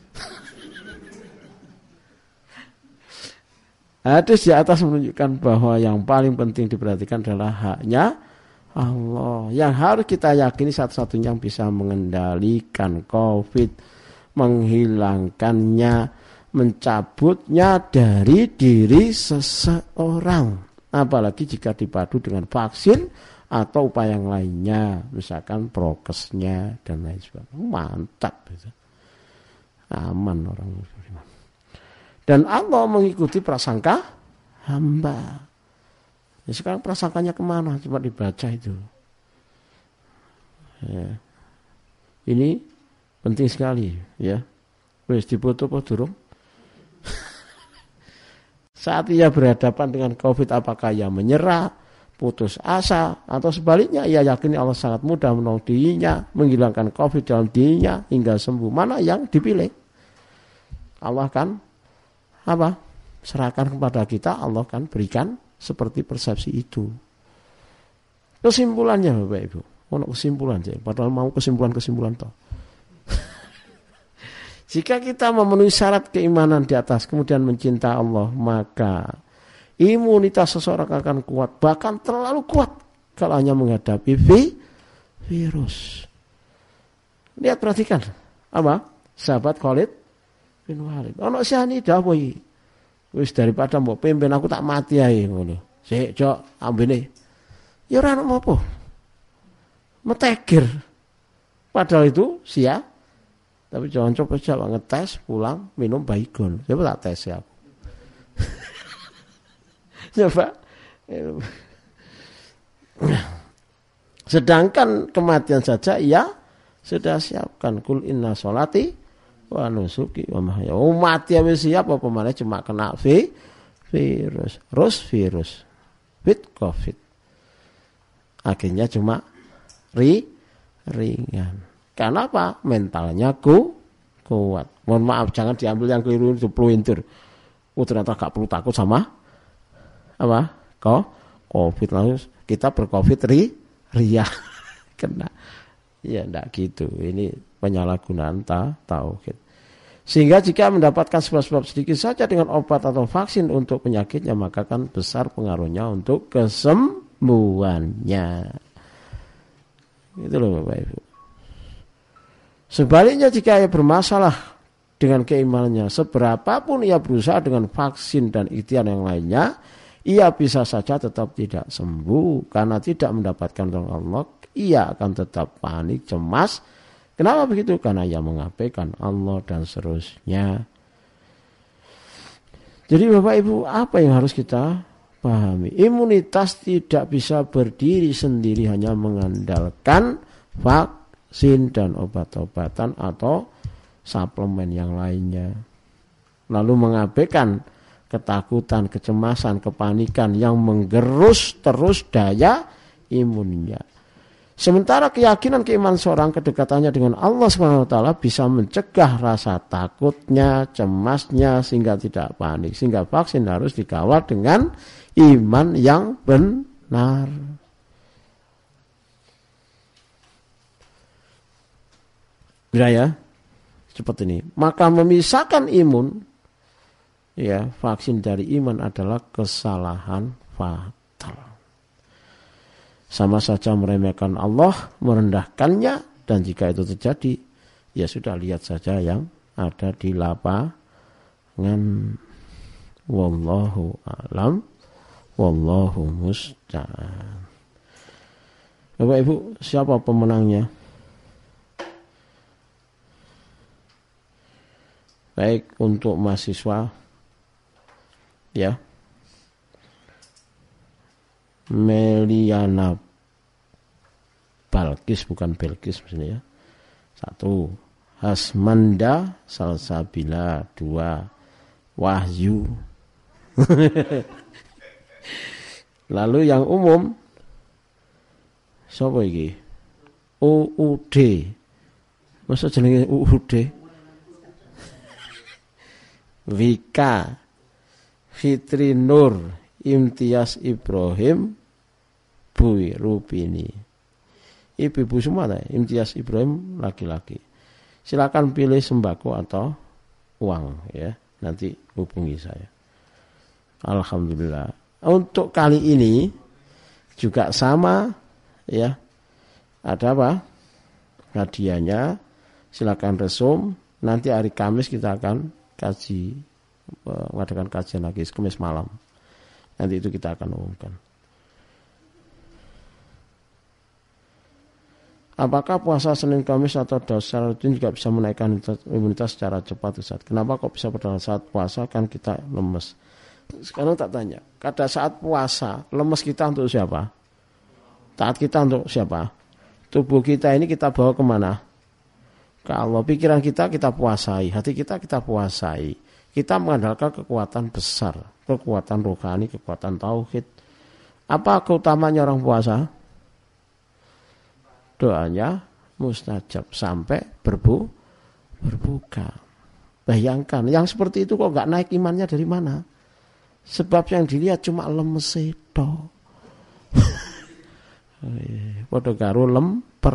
Hadis di atas menunjukkan bahwa yang paling penting diperhatikan adalah haknya Allah. Yang harus kita yakini satu-satunya yang bisa mengendalikan Covid, menghilangkannya, mencabutnya dari diri seseorang. Apalagi jika dipadu dengan vaksin atau upaya yang lainnya, misalkan prokesnya dan lain sebagainya. Mantap. Aman orang muslim. Dan Allah mengikuti prasangka hamba. Ya, sekarang prasangkanya kemana? Cuma dibaca itu. Ya. Ini penting sekali. Ya. Wis dipoto apa durung? Saat ia berhadapan dengan Covid, apakah ia menyerah, putus asa, atau sebaliknya ia yakin Allah sangat mudah menolong dirinya, menghilangkan Covid dalam dirinya hingga sembuh. Mana yang dipilih? Allah kan serahkan kepada kita, Allah kan berikan seperti persepsi itu. Kesimpulannya Bapak Ibu, kesimpulan sih, padahal mau kesimpulan toh. Jika kita memenuhi syarat keimanan di atas kemudian mencinta Allah, maka Imunitas seseorang akan kuat, bahkan terlalu kuat kalau hanya menghadapi virus. Lihat, perhatikan apa? Sahabat Khalid bin Walid. Ono sianida apa iki? Wis daripada mbok pimpin aku tak mati ae ngono. Sik, Cok, ambene. Ya ora ono apa. Metegir. Padahal itu sia. Tapi jangan coba ngetes, pulang minum Baygon. Coba tak tes ya. Coba. Sedangkan kematian saja ia sudah siapkan. Kul inna sholati wa nusuki wa mahyaya. Mati wis siap apa maneh cuma kena virus. Virus. Covid. Akhirnya cuma ringan. Karena apa? Mentalnya kuat. Mohon maaf, jangan diambil yang keliru itu pelintir. Ternyata gak perlu takut sama apa? Covid, lalu kita bercovid ria kena. Ya enggak gitu. Ini penyalahgunaan tauhid. Sehingga jika mendapatkan sebab-sebab sedikit saja dengan obat atau vaksin untuk penyakitnya, maka kan besar pengaruhnya untuk kesembuhannya. Itu loh Bapak Ibu. Sebaliknya jika ia bermasalah dengan keimanannya, seberapapun ia berusaha dengan vaksin dan ikhtiar yang lainnya, ia bisa saja tetap tidak sembuh karena tidak mendapatkan tolong Allah. Ia akan tetap panik, cemas. Kenapa begitu? Karena ia mengabaikan Allah dan seterusnya. Jadi Bapak Ibu, apa yang harus kita pahami? Imunitas tidak bisa berdiri sendiri hanya mengandalkan vaksin dan obat-obatan atau suplemen yang lainnya. Lalu mengabaikan ketakutan, kecemasan, kepanikan yang menggerus terus daya imunnya. Sementara keyakinan keimanan seorang, kedekatannya dengan Allah SWT bisa mencegah rasa takutnya, cemasnya sehingga tidak panik. Sehingga vaksin harus dikawal dengan iman yang benar. Ya, seperti ini. Maka memisahkan imun, ya, vaksin dari iman adalah kesalahan fatal. Sama saja meremehkan Allah, merendahkannya, dan jika itu terjadi, ya sudah, lihat saja yang ada di lapangan. Wallahu a'lam, wallahu musta'an. Bapak Ibu, siapa pemenangnya? Baik, untuk mahasiswa, ya, Meliana Balkis, bukan Belkis maksudnya ya. 1. Hasmanda Salsabila. 2. Wahyu. Lalu yang umum sapa iki? UUD. Masa jenenge UUD? Wika Fitri Nur Imtiaz Ibrahim Bui Rupini. Ibu-ibu semua ya, Imtiaz Ibrahim laki-laki. Silakan pilih sembako atau uang ya. Nanti hubungi saya. Alhamdulillah. Untuk kali ini juga sama ya. Ada apa? Hadiahnya. Silakan resum. Nanti hari Kamis kita akan mengadakan kajian lagi, Kamis malam. Nanti itu kita akan umumkan. Apakah puasa Senin Kamis atau secara rutin juga bisa menaikkan imunitas secara cepat, Ustaz? Kenapa kok bisa pada saat puasa kan kita lemes? Sekarang tak tanya, pada saat puasa lemes kita untuk siapa? Taat kita untuk siapa? Tubuh kita ini kita bawa kemana? Ke Allah. Pikiran kita puasai, hati kita puasai. Kita mengandalkan kekuatan besar, kekuatan rohani, kekuatan tauhid. Apa keutamanya orang puasa? Doanya mustajab sampai berbuka. Bayangkan, yang seperti itu kok nggak naik imannya dari mana? Sebab yang dilihat cuma lemes itu. Padha karo lemper.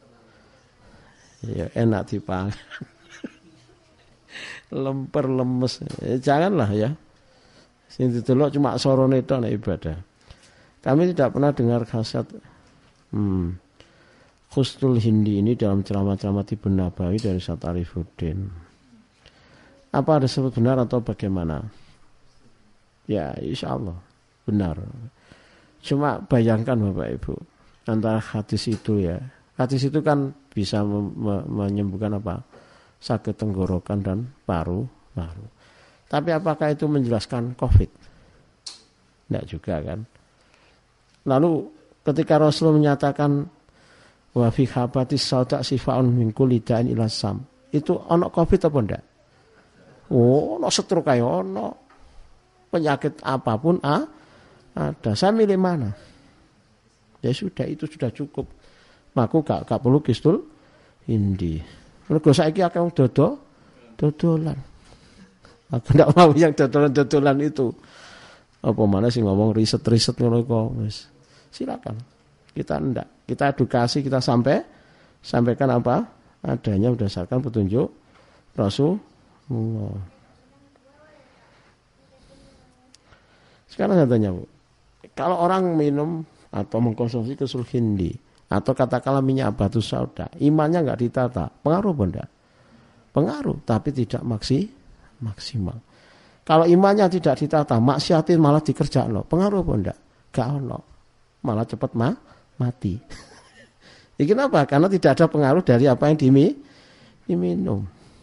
Ya enak dipangan. Lemper lemes. Janganlah ya. Sing didelok cuma sorone tok nek ibadah. Kami tidak pernah dengar khasiat Khustul Hindi ini dalam ceramah-ceramah Tibun Nabawi dari Ustaz Arifuddin. Apa ada sebut benar atau bagaimana? Ya, insya Allah benar. Cuma bayangkan Bapak Ibu, antara hadis itu ya, hadis itu kan bisa menyembuhkan apa? Sakit tenggorokan dan paru-paru. Tapi apakah itu menjelaskan COVID? Tidak juga kan. Lalu ketika Rasul menyatakan wa fi habatis sauda sifaun min kulli da'in ila sam, itu ono COVID apa enggak? Oh, ono stroke kayak ono. Penyakit apapun ada. Saya milih mana? Ya sudah, itu sudah cukup. Maku gak perlu Khustul Hindi. Mergo saiki akeh wong dodolan. Aku ndak mau yang dodolan-dodolan itu. Apa mana sih ngomong riset-riset ngono kok, wis. Silakan. Kita ndak. Kita edukasi, kita sampaikan apa adanya berdasarkan petunjuk Rasulullah. Sekarang saya tanya, Bu. Kalau orang minum atau mengkonsumsi Khustul Hindi atau katakanlah minyak batu sauda, imannya enggak ditata, pengaruh apa enggak? Pengaruh, tapi tidak maksimal. Kalau imannya tidak ditata, maksiatin malah dikerjakan loh. Pengaruh apa enggak? Enggak ono. Malah cepat mati. Ya kenapa? Karena tidak ada pengaruh dari apa yang diminum.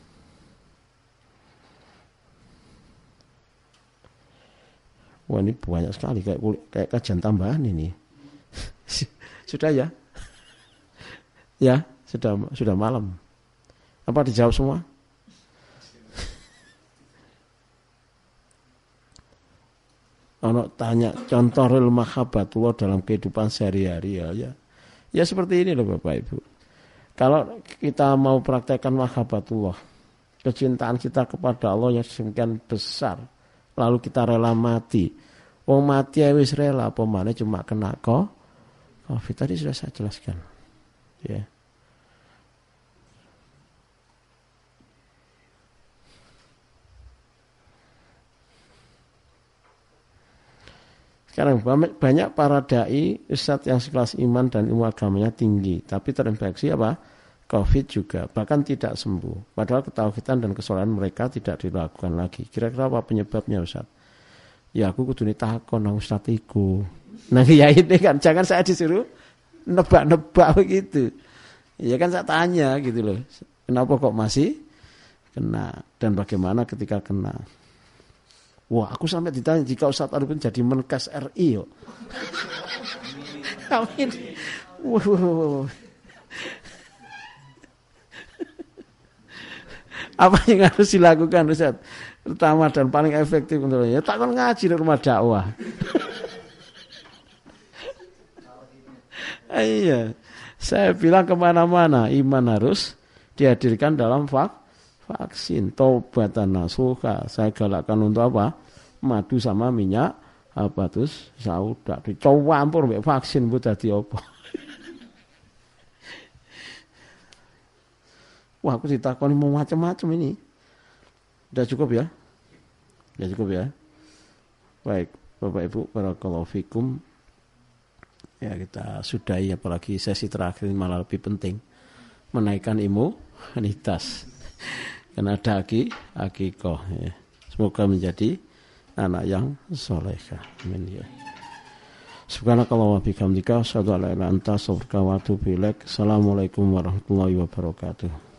Wah, ini banyak sekali kayak kajian tambahan ini. Sudah ya? Ya, sudah malam. Apa dijawab semua? Ono tanya contoh real mahabbatullah dalam kehidupan sehari-hari ya. Ya seperti ini loh Bapak Ibu. Kalau kita mau praktekkan mahabbatullah, kecintaan kita kepada Allah yang sedemikian besar, lalu kita rela mati. Wong mati wis rela, apa maneh cuma kena COVID tadi sudah saya jelaskan. Ya. Sekarang banyak para dai, ustadz yang sekelas iman dan ilmu agamanya tinggi, tapi terinfeksi apa? COVID juga, bahkan tidak sembuh. Padahal ketauhidan dan kesolehan mereka tidak dilakukan lagi. Kira-kira apa penyebabnya Ustadz? Ya aku kudu takon nang ustadz iku. Nah ya ini kan, jangan saya disuruh nebak-nebak begitu. Ya kan saya tanya gitu loh. Kenapa kok masih kena? Dan bagaimana ketika kena? Wah, aku sampai ditanya jika Ustadz Arifin jadi Menkes RI yo. Amin. Wow. Apa yang harus dilakukan Ustadz? Pertama dan paling efektif menurutnya, takkan ngaji di rumah dakwah. Iya, saya bilang kemana-mana, iman harus dihadirkan dalam vaksin. Taubatan nasuha, saya galakkan untuk apa? Madu sama minyak batu sauda. Dicampur mbek vaksin bu dadi apa? Wah, aku ditakoni mau macam-macam ini. Sudah cukup ya? Sudah cukup ya? Baik, Bapak Ibu, barakallahu fikum. Ya, kita sudahi, apalagi sesi terakhir ini malah lebih penting. Menaikkan imunitas. Karena ada akikoh. Ya. Semoga menjadi anak yang solehah. Amin ya. Subhanakallahumma wa bihamdika asyhadu an la ilaha illa anta astaghfiruka wa atubu ilaik. Assalamualaikum warahmatullahi wabarakatuh.